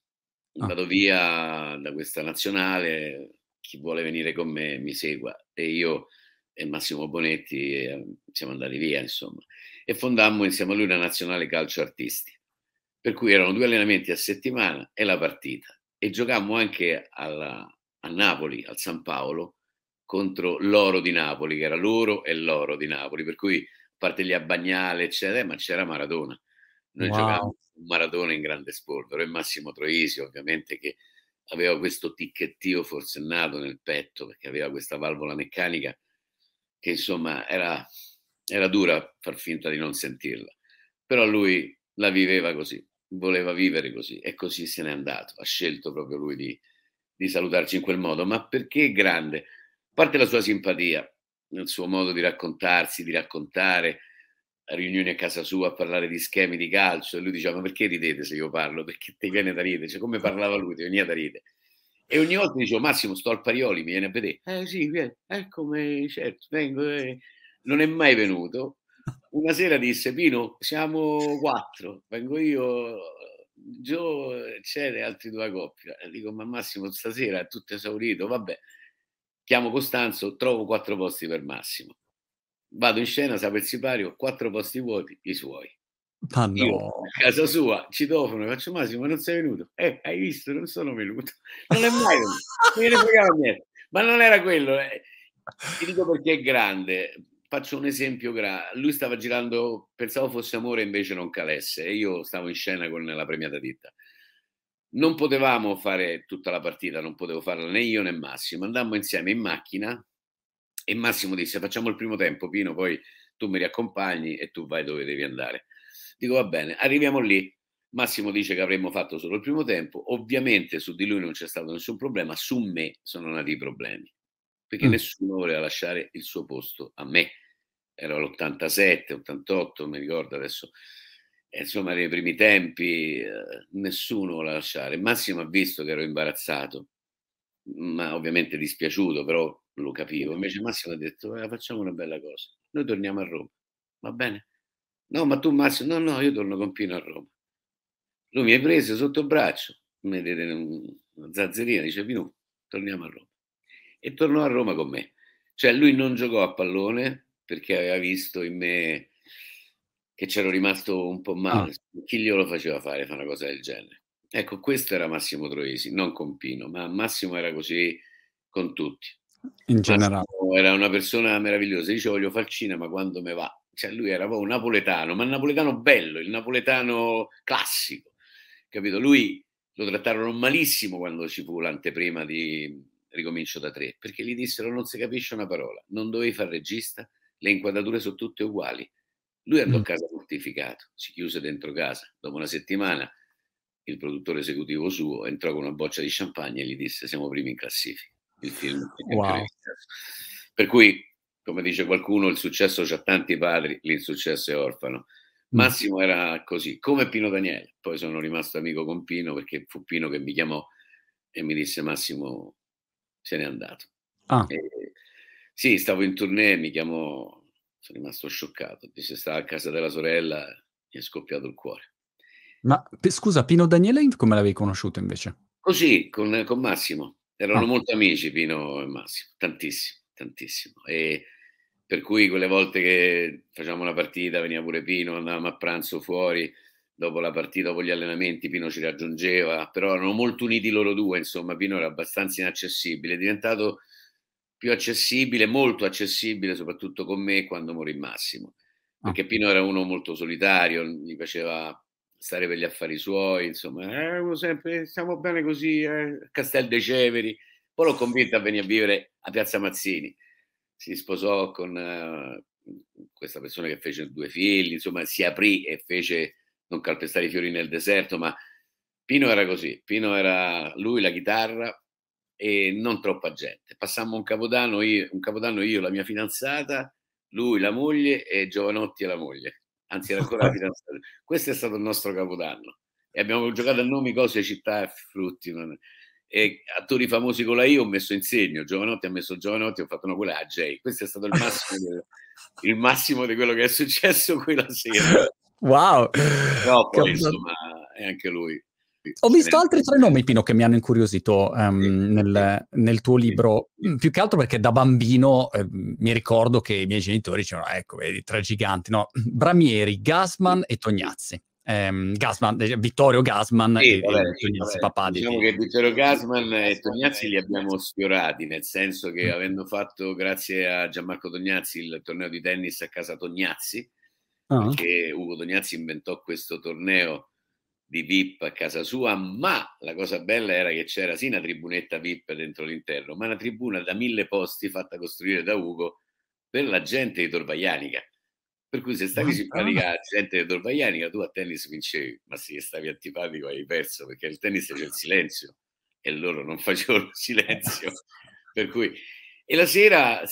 Speaker 2: via da questa nazionale, chi vuole venire con me mi segua. E io e Massimo Bonetti siamo andati via, insomma, e fondammo insieme a lui la Nazionale Calcio Artisti, per cui erano 2 allenamenti a settimana e la partita, e giocammo anche a Napoli, al San Paolo, contro l'Oro di Napoli, che era l'Oro e l'Oro di Napoli, per cui a parte gli Abbagnale eccetera, ma c'era Maradona. Noi giocavamo Maradona in grande spolvero e Massimo Troisi, ovviamente, che aveva questo ticchettio forsennato nel petto perché aveva questa valvola meccanica che insomma era dura far finta di non sentirla, però lui la viveva così, voleva vivere così e così se n'è andato. Ha scelto proprio lui di salutarci in quel modo, ma perché è grande? A parte la sua simpatia, nel suo modo di raccontarsi, di raccontare, a riunioni a casa sua a parlare di schemi di calcio, e lui diceva: ma perché ridete se io parlo? Perché ti viene da ridere, cioè come parlava lui, ti veniva da ridere. E ogni volta dicevo: Massimo, sto al Parioli, mi viene a vedere? Sì, vieni, eccomi, certo, vengo. Non è mai venuto. Una sera disse: Pino, siamo 4, vengo io, Gio, c'è altri 2 coppie. E dico: ma Massimo, stasera è tutto esaurito, vabbè. Chiamo Costanzo, trovo 4 posti per Massimo. Vado in scena, sapere il sipario, 4 posti vuoti, i suoi.
Speaker 1: Ma
Speaker 2: Io
Speaker 1: no.
Speaker 2: a casa sua citofono, faccio: Massimo, ma non sei venuto? Hai visto? Non sono venuto. Non è mai venuto. Non me ne fregava niente. Ma non era quello. Ti dico perché è grande. Faccio un esempio. Lui stava girando, pensavo fosse Amore, invece non Calesse, e io stavo in scena con la premiata ditta. Non potevamo fare tutta la partita, non potevo farla né io né Massimo. Andammo insieme in macchina e Massimo disse: facciamo il primo tempo, Pino, poi tu mi riaccompagni e tu vai dove devi andare. Dico: va bene. Arriviamo lì. Massimo dice che avremmo fatto solo il primo tempo, ovviamente su di lui non c'è stato nessun problema, su me sono nati i problemi, perché nessuno voleva lasciare il suo posto a me. Era l'87, 88, mi ricordo adesso, insomma nei primi tempi nessuno voleva lasciare. Massimo ha visto che ero imbarazzato, ma ovviamente dispiaciuto, però lo capivo. Invece Massimo ha detto facciamo una bella cosa, noi torniamo a Roma, va bene? No, ma tu Massimo, no, io torno con Pino a Roma. Lui mi ha preso sotto il braccio, mi diede una zazzerina, dice Pino, torniamo a Roma. E tornò a Roma con me. Cioè lui non giocò a pallone perché aveva visto in me che c'ero rimasto un po'
Speaker 1: Ah,
Speaker 2: male. Chi glielo faceva fare una cosa del genere? Ecco, questo era Massimo Troisi, non con Pino, ma Massimo era così con tutti.
Speaker 1: in generale.
Speaker 2: Massimo era una persona meravigliosa, dice voglio fare il cinema quando me va. Cioè lui era proprio un napoletano, ma il napoletano bello, il napoletano classico, capito? Lui lo trattarono malissimo quando ci fu l'anteprima di Ricomincio da tre, perché gli dissero non si capisce una parola, non dovevi fare regista, le inquadrature sono tutte uguali. Lui andò a casa mortificato, si chiuse dentro casa. Dopo una settimana il produttore esecutivo suo entrò con una boccia di champagne e gli disse siamo primi in classifica, il film è campione
Speaker 1: Wow.
Speaker 2: di successo. Per cui, come dice qualcuno, il successo c'ha tanti padri, l'insuccesso è orfano. Massimo era così, come Pino Daniele. Poi sono rimasto amico con Pino perché fu Pino che mi chiamò e mi disse Massimo se n'è andato.
Speaker 1: Ah,
Speaker 2: E, sì, stavo in tournée, mi chiamò, sono rimasto scioccato. Dice stava a casa della sorella, mi è scoppiato il cuore.
Speaker 1: ma scusa, Pino Daniele come l'avevi conosciuto invece?
Speaker 2: Così, con Massimo. Erano
Speaker 1: Ah,
Speaker 2: molto amici Pino e Massimo, tantissimo, tantissimo. E per cui quelle volte che facciamo una partita, veniva pure Pino, andavamo a pranzo fuori, dopo la partita, dopo gli allenamenti, Pino ci raggiungeva, però erano molto uniti loro due, insomma, Pino era abbastanza inaccessibile, è diventato più accessibile, molto accessibile, soprattutto con me quando morì Massimo,
Speaker 1: ah.
Speaker 2: perché Pino era uno molto solitario, gli piaceva stare per gli affari suoi, insomma, uno sempre stiamo bene così, Castel dei Ceveri. Poi l'ho convinto a venire a vivere a Piazza Mazzini. Si sposò con questa persona che fece due figli, insomma, si aprì e fece non calpestare i fiori nel deserto, ma Pino era così, Pino era lui, la chitarra e non troppa gente. Passammo un capodanno io, la mia fidanzata, lui, la moglie e Giovanotti e la moglie. Anzi, era ancora la fidanzata. Questo è stato il nostro capodanno. E abbiamo giocato a nomi, cose, città e frutti. E attori famosi con la I ho messo in segno. Giovanotti ha messo Giovanotti, ho fatto una quella a J. Questo è stato il massimo di quello che è successo quella sera.
Speaker 1: Wow!
Speaker 2: Però poi,
Speaker 1: Capodanno.
Speaker 2: insomma, è anche lui.
Speaker 1: Ho
Speaker 2: Se ne
Speaker 1: visto
Speaker 2: è
Speaker 1: altri tre nomi, Pino, che mi hanno incuriosito
Speaker 2: sì, sì,
Speaker 1: nel tuo
Speaker 2: sì.
Speaker 1: libro, più che altro perché da bambino mi ricordo che i miei genitori dicevano, ecco, vedi, tre giganti, no? Bramieri, Gassman e Tognazzi. Gassman, Vittorio Gassman
Speaker 2: Sì,
Speaker 1: e
Speaker 2: vabbè,
Speaker 1: Tognazzi, papà
Speaker 2: diciamo che Vittorio Gassman e Tognazzi li abbiamo sfiorati, nel senso che avendo fatto, grazie a Gianmarco Tognazzi, il torneo di tennis a casa Tognazzi,
Speaker 1: Ah,
Speaker 2: perché Ugo Tognazzi inventò questo torneo di VIP a casa sua, ma la cosa bella era che c'era sì una tribunetta VIP dentro l'interno, ma una tribuna da 1000 posti fatta costruire da Ugo per la gente di Tor Vaianica. Per cui se stavi simpatica a gente di Tor Vaianica, tu a tennis vincevi, ma se stavi antipatico hai perso, perché il tennis c'è il silenzio e loro non facevano silenzio. Per cui e la sera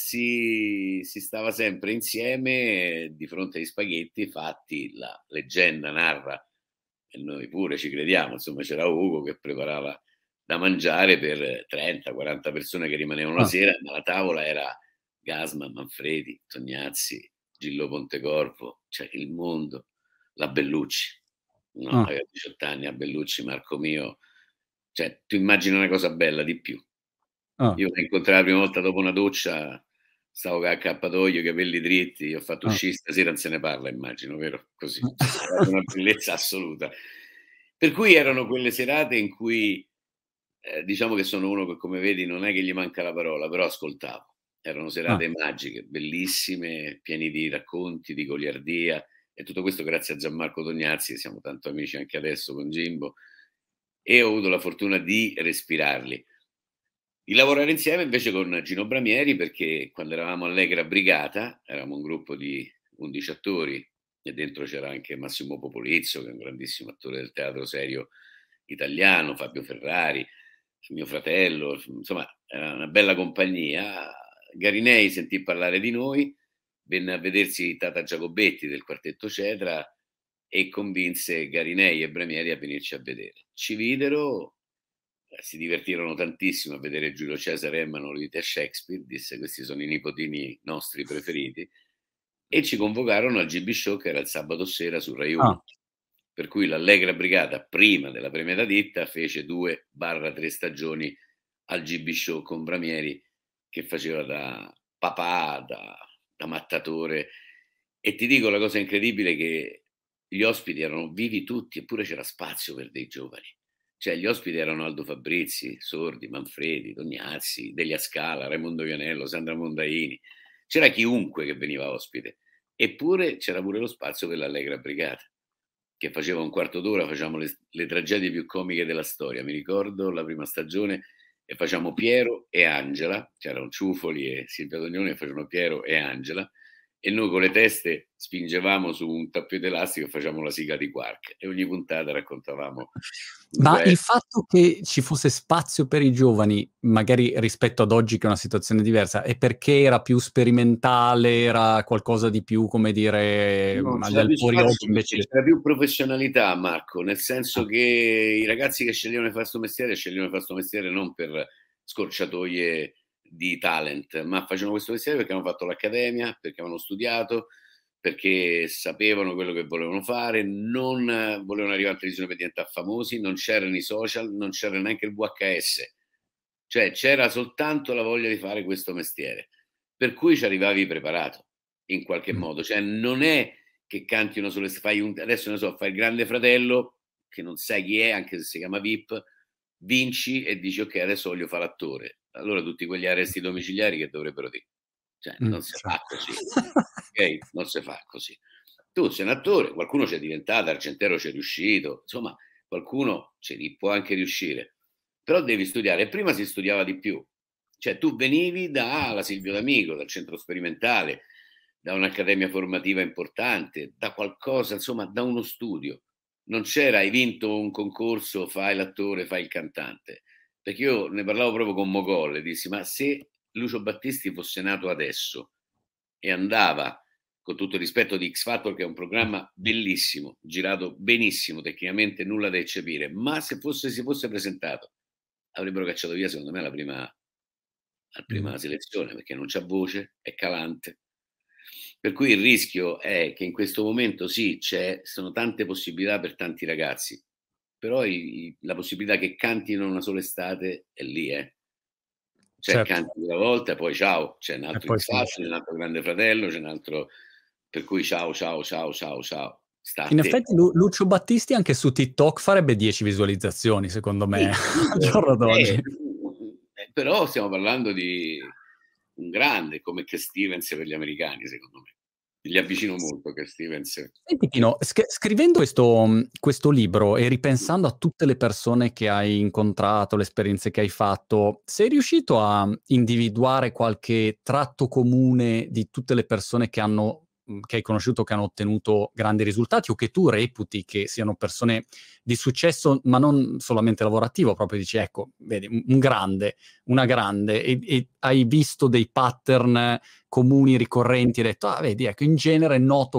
Speaker 2: si stava sempre insieme di fronte agli spaghetti fatti, la leggenda narra, e noi pure ci crediamo, insomma c'era Ugo che preparava da mangiare per 30-40 persone che rimanevano la
Speaker 1: ah,
Speaker 2: sera, ma la tavola era Gasman, Manfredi, Tognazzi, Gillo Pontecorvo, cioè il mondo, la Bellucci, no,
Speaker 1: ah,
Speaker 2: aveva 18 anni, a Bellucci, Marco mio, cioè tu immagini una cosa bella di più.
Speaker 1: ah,
Speaker 2: Io l'ho incontrata la prima volta dopo una doccia, stavo con accappatoio, i capelli dritti, ho fatto
Speaker 1: ah.
Speaker 2: sci, stasera non se ne parla, immagino, vero? Così, cioè, una bellezza assoluta. Per cui erano quelle serate in cui, diciamo che sono uno che, come vedi, non è che gli manca la parola, però ascoltavo. Erano
Speaker 1: Ah,
Speaker 2: serate magiche, bellissime, pieni di racconti, di goliardia, e tutto questo grazie a Gianmarco Tognazzi, siamo tanto amici anche adesso con Jimbo, e ho avuto la fortuna di respirarli. Di lavorare insieme invece con Gino Bramieri perché quando eravamo all'Egra Brigata, eravamo un gruppo di 11 attori, e dentro c'era anche Massimo Popolizzo, che è un grandissimo attore del teatro serio italiano, Fabio Ferrari, mio fratello, insomma, era una bella compagnia. Garinei sentì parlare di noi, venne a vedersi Tata Giacobetti del quartetto Cetra e convinse Garinei e Bramieri a venirci a vedere. Ci videro, si divertirono tantissimo a vedere Giulio Cesare e Manolete a Shakespeare, disse questi sono i nipotini nostri preferiti, e ci convocarono al GB Show, che era il sabato sera su Rai 1. Per cui l'Allegra Brigata, prima della premiata ditta, fece 2-3 stagioni al GB Show con Bramieri, che faceva da papà, da mattatore. E ti dico la cosa incredibile, che gli ospiti erano vivi tutti, eppure c'era spazio per dei giovani. Cioè gli ospiti erano Aldo Fabrizi, Sordi, Manfredi, Tognazzi, Delia Scala, Raimondo Vianello, Sandra Mondaini. C'era chiunque che veniva ospite. Eppure c'era pure lo spazio per l'Allegra Brigata, che faceva un quarto d'ora, facciamo le tragedie più comiche della storia. Mi ricordo la prima stagione e facciamo Piero e Angela, c'erano Ciufoli e Silvia Tognoni e facevano Piero e Angela, e noi con le teste spingevamo su un tappeto elastico e facevamo la sigla di Quark, e ogni puntata raccontavamo
Speaker 1: Ma il fatto che ci fosse spazio per i giovani, magari rispetto ad oggi che è una situazione diversa, è perché era più sperimentale, era qualcosa di più, come dire,
Speaker 2: No,
Speaker 1: agli
Speaker 2: c'era più
Speaker 1: albori oggi
Speaker 2: spazio
Speaker 1: invece
Speaker 2: perché c'era più professionalità, Marco, nel senso
Speaker 1: ah,
Speaker 2: che i ragazzi che sceglievano di fare questo mestiere sceglievano di fare questo mestiere non per scorciatoie di talent, ma facevano questo mestiere perché hanno fatto l'accademia, perché avevano studiato, perché sapevano quello che volevano fare, non volevano arrivare in televisione per diventare famosi, non c'erano i social, non c'era neanche il VHS, cioè c'era soltanto la voglia di fare questo mestiere, per cui ci arrivavi preparato in qualche
Speaker 1: mh.
Speaker 2: modo, cioè non è che cantino sulle, adesso ne so, fai il Grande Fratello, che non sai chi è, anche se si chiama VIP, vinci e dici ok, adesso voglio fare l'attore. Allora tutti quegli arresti domiciliari che dovrebbero dire. Cioè, non si
Speaker 1: Cer
Speaker 2: fa così, ok? Non si fa così. Tu sei un attore, qualcuno c'è diventato, Argentero c'è riuscito, insomma, qualcuno può anche riuscire, però devi studiare. E prima si studiava di più. Cioè, tu venivi dalla Silvio D'Amico, dal centro sperimentale, da un'accademia formativa importante, da qualcosa, insomma, da uno studio. Non c'era, hai vinto un concorso, fai l'attore, fai il cantante. Perché io ne parlavo proprio con Mogol e dissi, ma se Lucio Battisti fosse nato adesso e andava, con tutto il rispetto di X Factor, che è un programma bellissimo, girato benissimo, tecnicamente nulla da eccepire, ma se si fosse presentato, avrebbero cacciato via, secondo me, la prima selezione, perché non c'ha voce, è calante. Per cui il rischio è che in questo momento sì, sono tante possibilità per tanti ragazzi, però la possibilità che cantino una sola estate è lì, Cioè
Speaker 1: Certo,
Speaker 2: canti una volta, poi ciao, c'è un
Speaker 1: e
Speaker 2: altro
Speaker 1: poi
Speaker 2: X Factor,
Speaker 1: finisce
Speaker 2: c'è un altro Grande Fratello, c'è un altro, per cui ciao, ciao, ciao, ciao, ciao, sta a
Speaker 1: in
Speaker 2: te.
Speaker 1: effetti Lucio Battisti anche su TikTok farebbe 10 visualizzazioni secondo me,
Speaker 2: Sì,
Speaker 1: al
Speaker 2: capito?
Speaker 1: giorno d'oggi.
Speaker 2: Però stiamo parlando di un grande come Cat Stevens per gli americani, secondo me. Li avvicino molto Cat Stevens.
Speaker 1: Senti Pino, scrivendo questo libro e ripensando a tutte le persone che hai incontrato, le esperienze che hai fatto, sei riuscito a individuare qualche tratto comune di tutte le persone che hai conosciuto, che hanno ottenuto grandi risultati o che tu reputi che siano persone di successo, ma non solamente lavorativo, proprio dici, ecco, vedi, un grande, una grande, e hai visto dei pattern comuni, ricorrenti, hai detto: "Ah vedi, ecco, in genere noto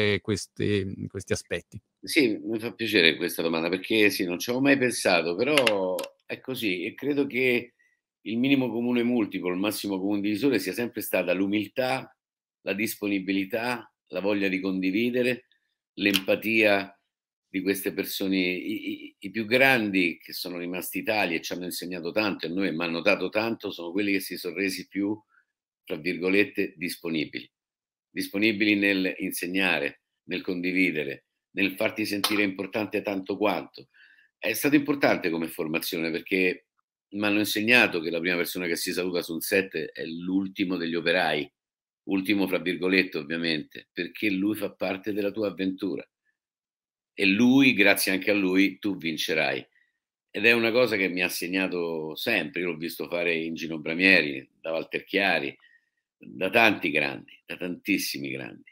Speaker 1: questi aspetti."
Speaker 2: Sì, mi fa piacere questa domanda perché sì, non ci avevo mai pensato, però è così e credo che il minimo comune multiplo, il massimo comune divisore sia sempre stata l'umiltà, la disponibilità, la voglia di condividere, l'empatia di queste persone. I più grandi che sono rimasti tali e ci hanno insegnato tanto e noi mi hanno dato tanto sono quelli che si sono resi più, tra virgolette, disponibili. Disponibili nel insegnare, nel condividere, nel farti sentire importante tanto quanto. È stato importante come formazione perché mi hanno insegnato che la prima persona che si saluta sul set è l'ultimo degli operai, ultimo fra virgolette ovviamente, perché lui fa parte della tua avventura e lui, grazie anche a lui, tu vincerai. Ed è una cosa che mi ha segnato sempre, io l'ho visto fare in Gino Bramieri, da Walter Chiari, da tanti grandi, da tantissimi grandi.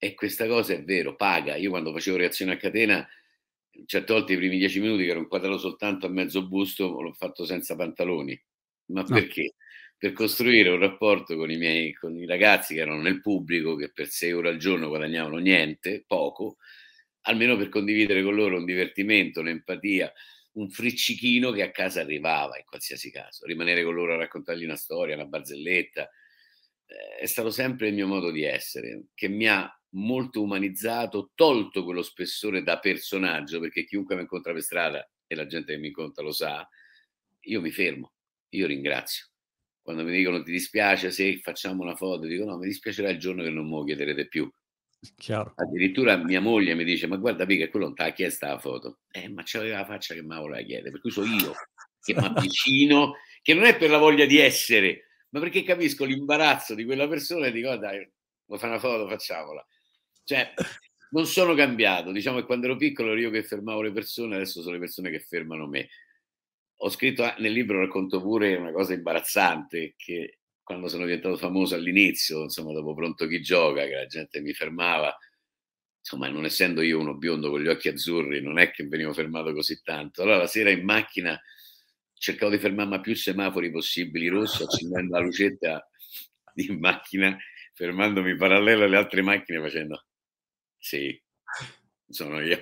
Speaker 2: E questa cosa è vero, paga. Io quando facevo reazione a catena, certe volte i primi 10 minuti che ero inquadrato soltanto a mezzo busto, l'ho fatto senza pantaloni. Ma
Speaker 1: No.
Speaker 2: perché? Per costruire un rapporto con con i ragazzi che erano nel pubblico, che per 6 ore al giorno guadagnavano niente, poco, almeno per condividere con loro un divertimento, un'empatia, un friccichino che a casa arrivava in qualsiasi caso. Rimanere con loro a raccontargli una storia, una barzelletta, è stato sempre il mio modo di essere, che mi ha molto umanizzato, tolto quello spessore da personaggio, perché chiunque mi incontra per strada, e la gente che mi incontra lo sa, io mi fermo, io ringrazio. Quando mi dicono ti dispiace se facciamo una foto, dico no, mi dispiacerà il giorno che non me lo chiederete più.
Speaker 1: Chiaro.
Speaker 2: Addirittura mia moglie mi dice: "Ma guarda Pica, quello non te l'ha chiesta la foto". Ma c'aveva la faccia che me la voleva chiedere, per cui so io che m'avvicino, che non è per la voglia di essere, ma perché capisco l'imbarazzo di quella persona e dico: "Oh dai, vuoi fare una foto? Facciamola". Cioè, non sono cambiato. Diciamo che quando ero piccolo ero io che fermavo le persone, adesso sono le persone che fermano me. Ho scritto nel libro racconto pure una cosa imbarazzante, che quando sono diventato famoso all'inizio, insomma dopo Pronto chi gioca, che la gente mi fermava, insomma non essendo io uno biondo con gli occhi azzurri, non è che venivo fermato così tanto. Allora la sera in macchina cercavo di fermarmi a più semafori possibili rossi, accendendo la lucetta in macchina, fermandomi parallelo alle altre macchine facendo: "Sì, sono io".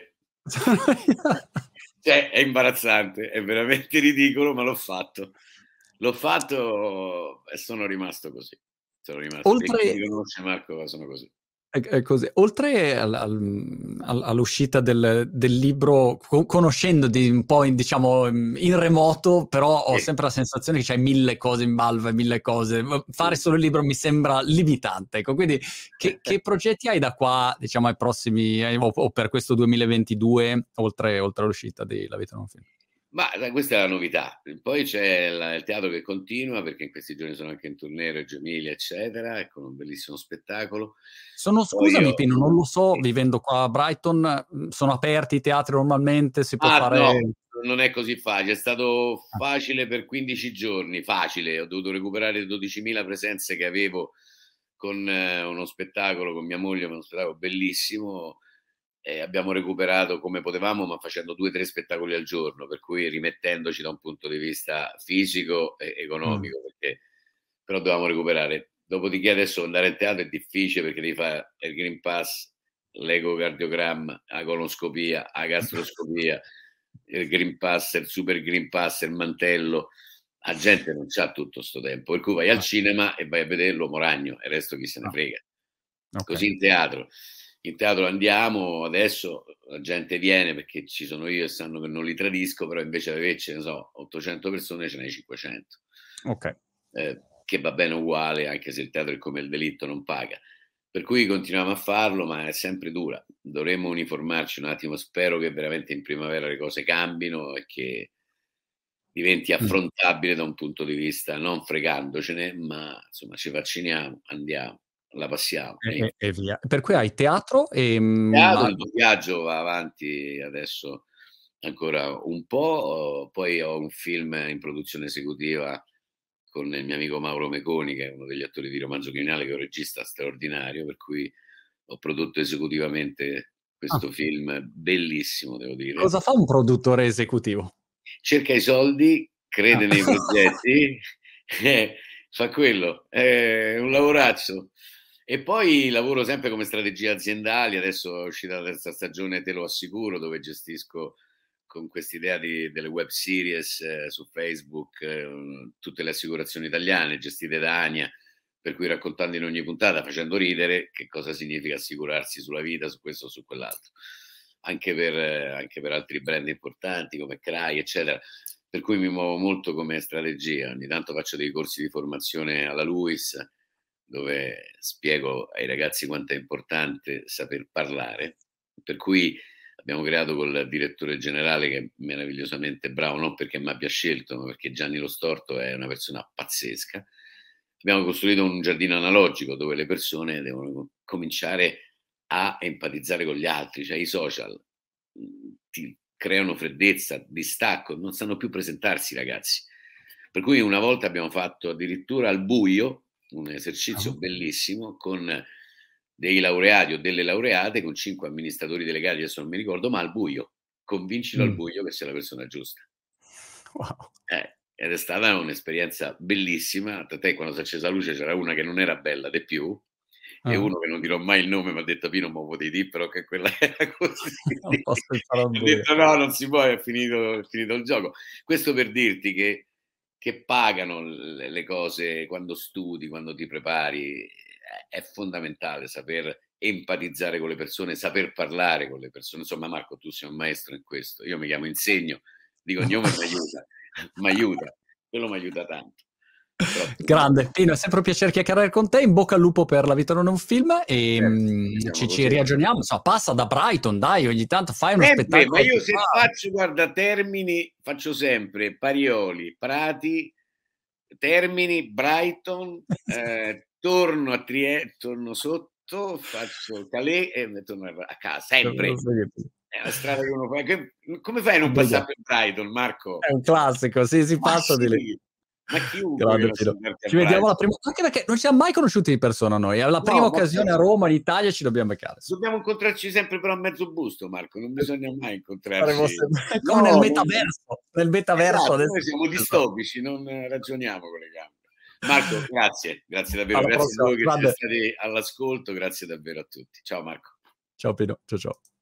Speaker 2: Cioè, è imbarazzante, è veramente ridicolo, ma l'ho fatto. L'ho fatto e sono rimasto così. Sono rimasto e chi
Speaker 1: Oltre
Speaker 2: mi conosce, Marco, sono così.
Speaker 1: è così. Oltre all'uscita del libro, conoscendoti un po' in, diciamo, in remoto, però ho
Speaker 2: Sì,
Speaker 1: sempre la sensazione che c'hai 1000 cose in balva, 1000 cose. Fare
Speaker 2: sì.
Speaker 1: solo il libro mi sembra limitante, ecco. Quindi che progetti hai da qua, diciamo, ai prossimi o per questo 2022, oltre all'uscita di La vita non film?
Speaker 2: Ma questa è la novità. Poi c'è il teatro che continua, perché in questi giorni sono anche in tournée Reggio Emilia, eccetera, e con un bellissimo spettacolo. Poi
Speaker 1: Scusami
Speaker 2: io
Speaker 1: Pino, non lo so,
Speaker 2: sì.
Speaker 1: vivendo qua a Brighton, sono aperti i teatri normalmente, si può
Speaker 2: No,
Speaker 1: fare.
Speaker 2: non è così facile. È stato
Speaker 1: Ah,
Speaker 2: facile per 15 giorni, facile. Ho dovuto recuperare 12.000 presenze che avevo con uno spettacolo con mia moglie, uno spettacolo bellissimo. Abbiamo recuperato come potevamo, ma facendo 2-3 spettacoli al giorno, per cui rimettendoci da un punto di vista fisico e
Speaker 1: mh.
Speaker 2: economico, perché però dovevamo recuperare. Dopodiché adesso andare in teatro è difficile perché devi fare il Green Pass, l'ecocardiogramma, la colonscopia, la gastroscopia, il Green Pass, il Super Green Pass, il mantello. La gente non c'ha tutto sto tempo, per cui vai al
Speaker 1: Ah,
Speaker 2: cinema e vai a vedere l'Uomo Ragno e il resto chi se ne
Speaker 1: ah,
Speaker 2: frega.
Speaker 1: okay.
Speaker 2: Così in teatro. In teatro andiamo, adesso la gente viene perché ci sono io e sanno che non li tradisco, però invece di averci, ne so, 800 persone ce n'hai 500.
Speaker 1: Okay.
Speaker 2: Che va bene uguale, anche se il teatro è come il delitto, non paga. Per cui continuiamo a farlo, ma è sempre dura. Dovremmo uniformarci un attimo. Spero che veramente in primavera le cose cambino e che diventi
Speaker 1: Mh.
Speaker 2: affrontabile da un punto di vista non fregandocene, ma insomma ci vacciniamo, andiamo, la passiamo.
Speaker 1: E via. Per cui hai teatro,
Speaker 2: Teatro,
Speaker 1: ma
Speaker 2: il doppiaggio va avanti adesso ancora un po', poi ho un film in produzione esecutiva con il mio amico Mauro Meconi, che è uno degli attori di Romanzo Criminale, che è un regista straordinario, per cui ho prodotto esecutivamente
Speaker 1: ah,
Speaker 2: questo film bellissimo, devo dire.
Speaker 1: cosa fa un produttore esecutivo?
Speaker 2: Cerca i soldi,
Speaker 1: Ah.
Speaker 2: crede nei progetti, fa quello, è un lavoraccio. E poi lavoro sempre come strategie aziendali, adesso è uscita la terza stagione, te lo assicuro, dove gestisco con quest'idea delle web series su Facebook tutte le assicurazioni italiane gestite da Ania, per cui raccontando in ogni puntata, facendo ridere, che cosa significa assicurarsi sulla vita, su questo o su quell'altro. Anche per altri brand importanti come CRAI, eccetera. Per cui mi muovo molto come strategia. Ogni tanto faccio dei corsi di formazione alla LUIS, dove spiego ai ragazzi quanto è importante saper parlare. Per cui abbiamo creato col direttore generale, che è meravigliosamente bravo, non perché mi abbia scelto, ma perché Gianni Lo Storto è una persona pazzesca. Abbiamo costruito un giardino analogico dove le persone devono cominciare a empatizzare con gli altri, cioè i social ti creano freddezza, distacco, non sanno più presentarsi i ragazzi. Per cui una volta abbiamo fatto addirittura al buio un
Speaker 1: Ah.
Speaker 2: esercizio bellissimo con dei laureati o delle laureate con 5 amministratori delegati, adesso non mi ricordo, ma al buio. Convincilo al buio che sia la persona giusta.
Speaker 1: Wow.
Speaker 2: Ed è stata un'esperienza bellissima, tant'è quando si è accesa la luce c'era una che non era bella di più, e uno che non dirò mai il nome mi ha detto: Pino, mo potevi dire però che quella era così.
Speaker 1: Non posso stare al
Speaker 2: Ho
Speaker 1: buio.
Speaker 2: detto: no, non si può, è finito il gioco. Questo per dirti che pagano le cose quando studi, quando ti prepari. È fondamentale saper empatizzare con le persone, saper parlare con le persone. Insomma, Marco, tu sei un maestro in questo. Io mi chiamo Insegno, dico cognome mi aiuta, quello mi aiuta tanto.
Speaker 1: Grande, Pino, è sempre un piacere chiacchierare con te. In bocca al lupo per La vita non è un film e ci riaggiorniamo. Insomma, passa da Brighton, dai, ogni tanto fai uno spettacolo.
Speaker 2: Ma io se faccio, guarda, Termini, faccio sempre Parioli, Prati, Termini, Brighton, torno a Trieste, torno sotto, faccio Calais e torno a casa, sempre. È la strada che uno fa. Come fai a non passare per Brighton, Marco?
Speaker 1: È un classico, sì, si passa di lì.
Speaker 2: Ma chiunque che non si mette a
Speaker 1: ci vediamo la prima, anche perché non ci siamo mai conosciuti di persona noi, è la prima occasione a Roma, in Italia, ci dobbiamo beccare.
Speaker 2: Dobbiamo incontrarci sempre però a mezzo busto, Marco, non bisogna mai incontrarci.
Speaker 1: Come nel metaverso,
Speaker 2: Esatto,
Speaker 1: adesso.
Speaker 2: noi siamo distopici, non ragioniamo con le gambe. Marco, grazie davvero, grazie a voi che siete stati all'ascolto, grazie davvero a tutti. Ciao Marco.
Speaker 1: Ciao Pino, ciao.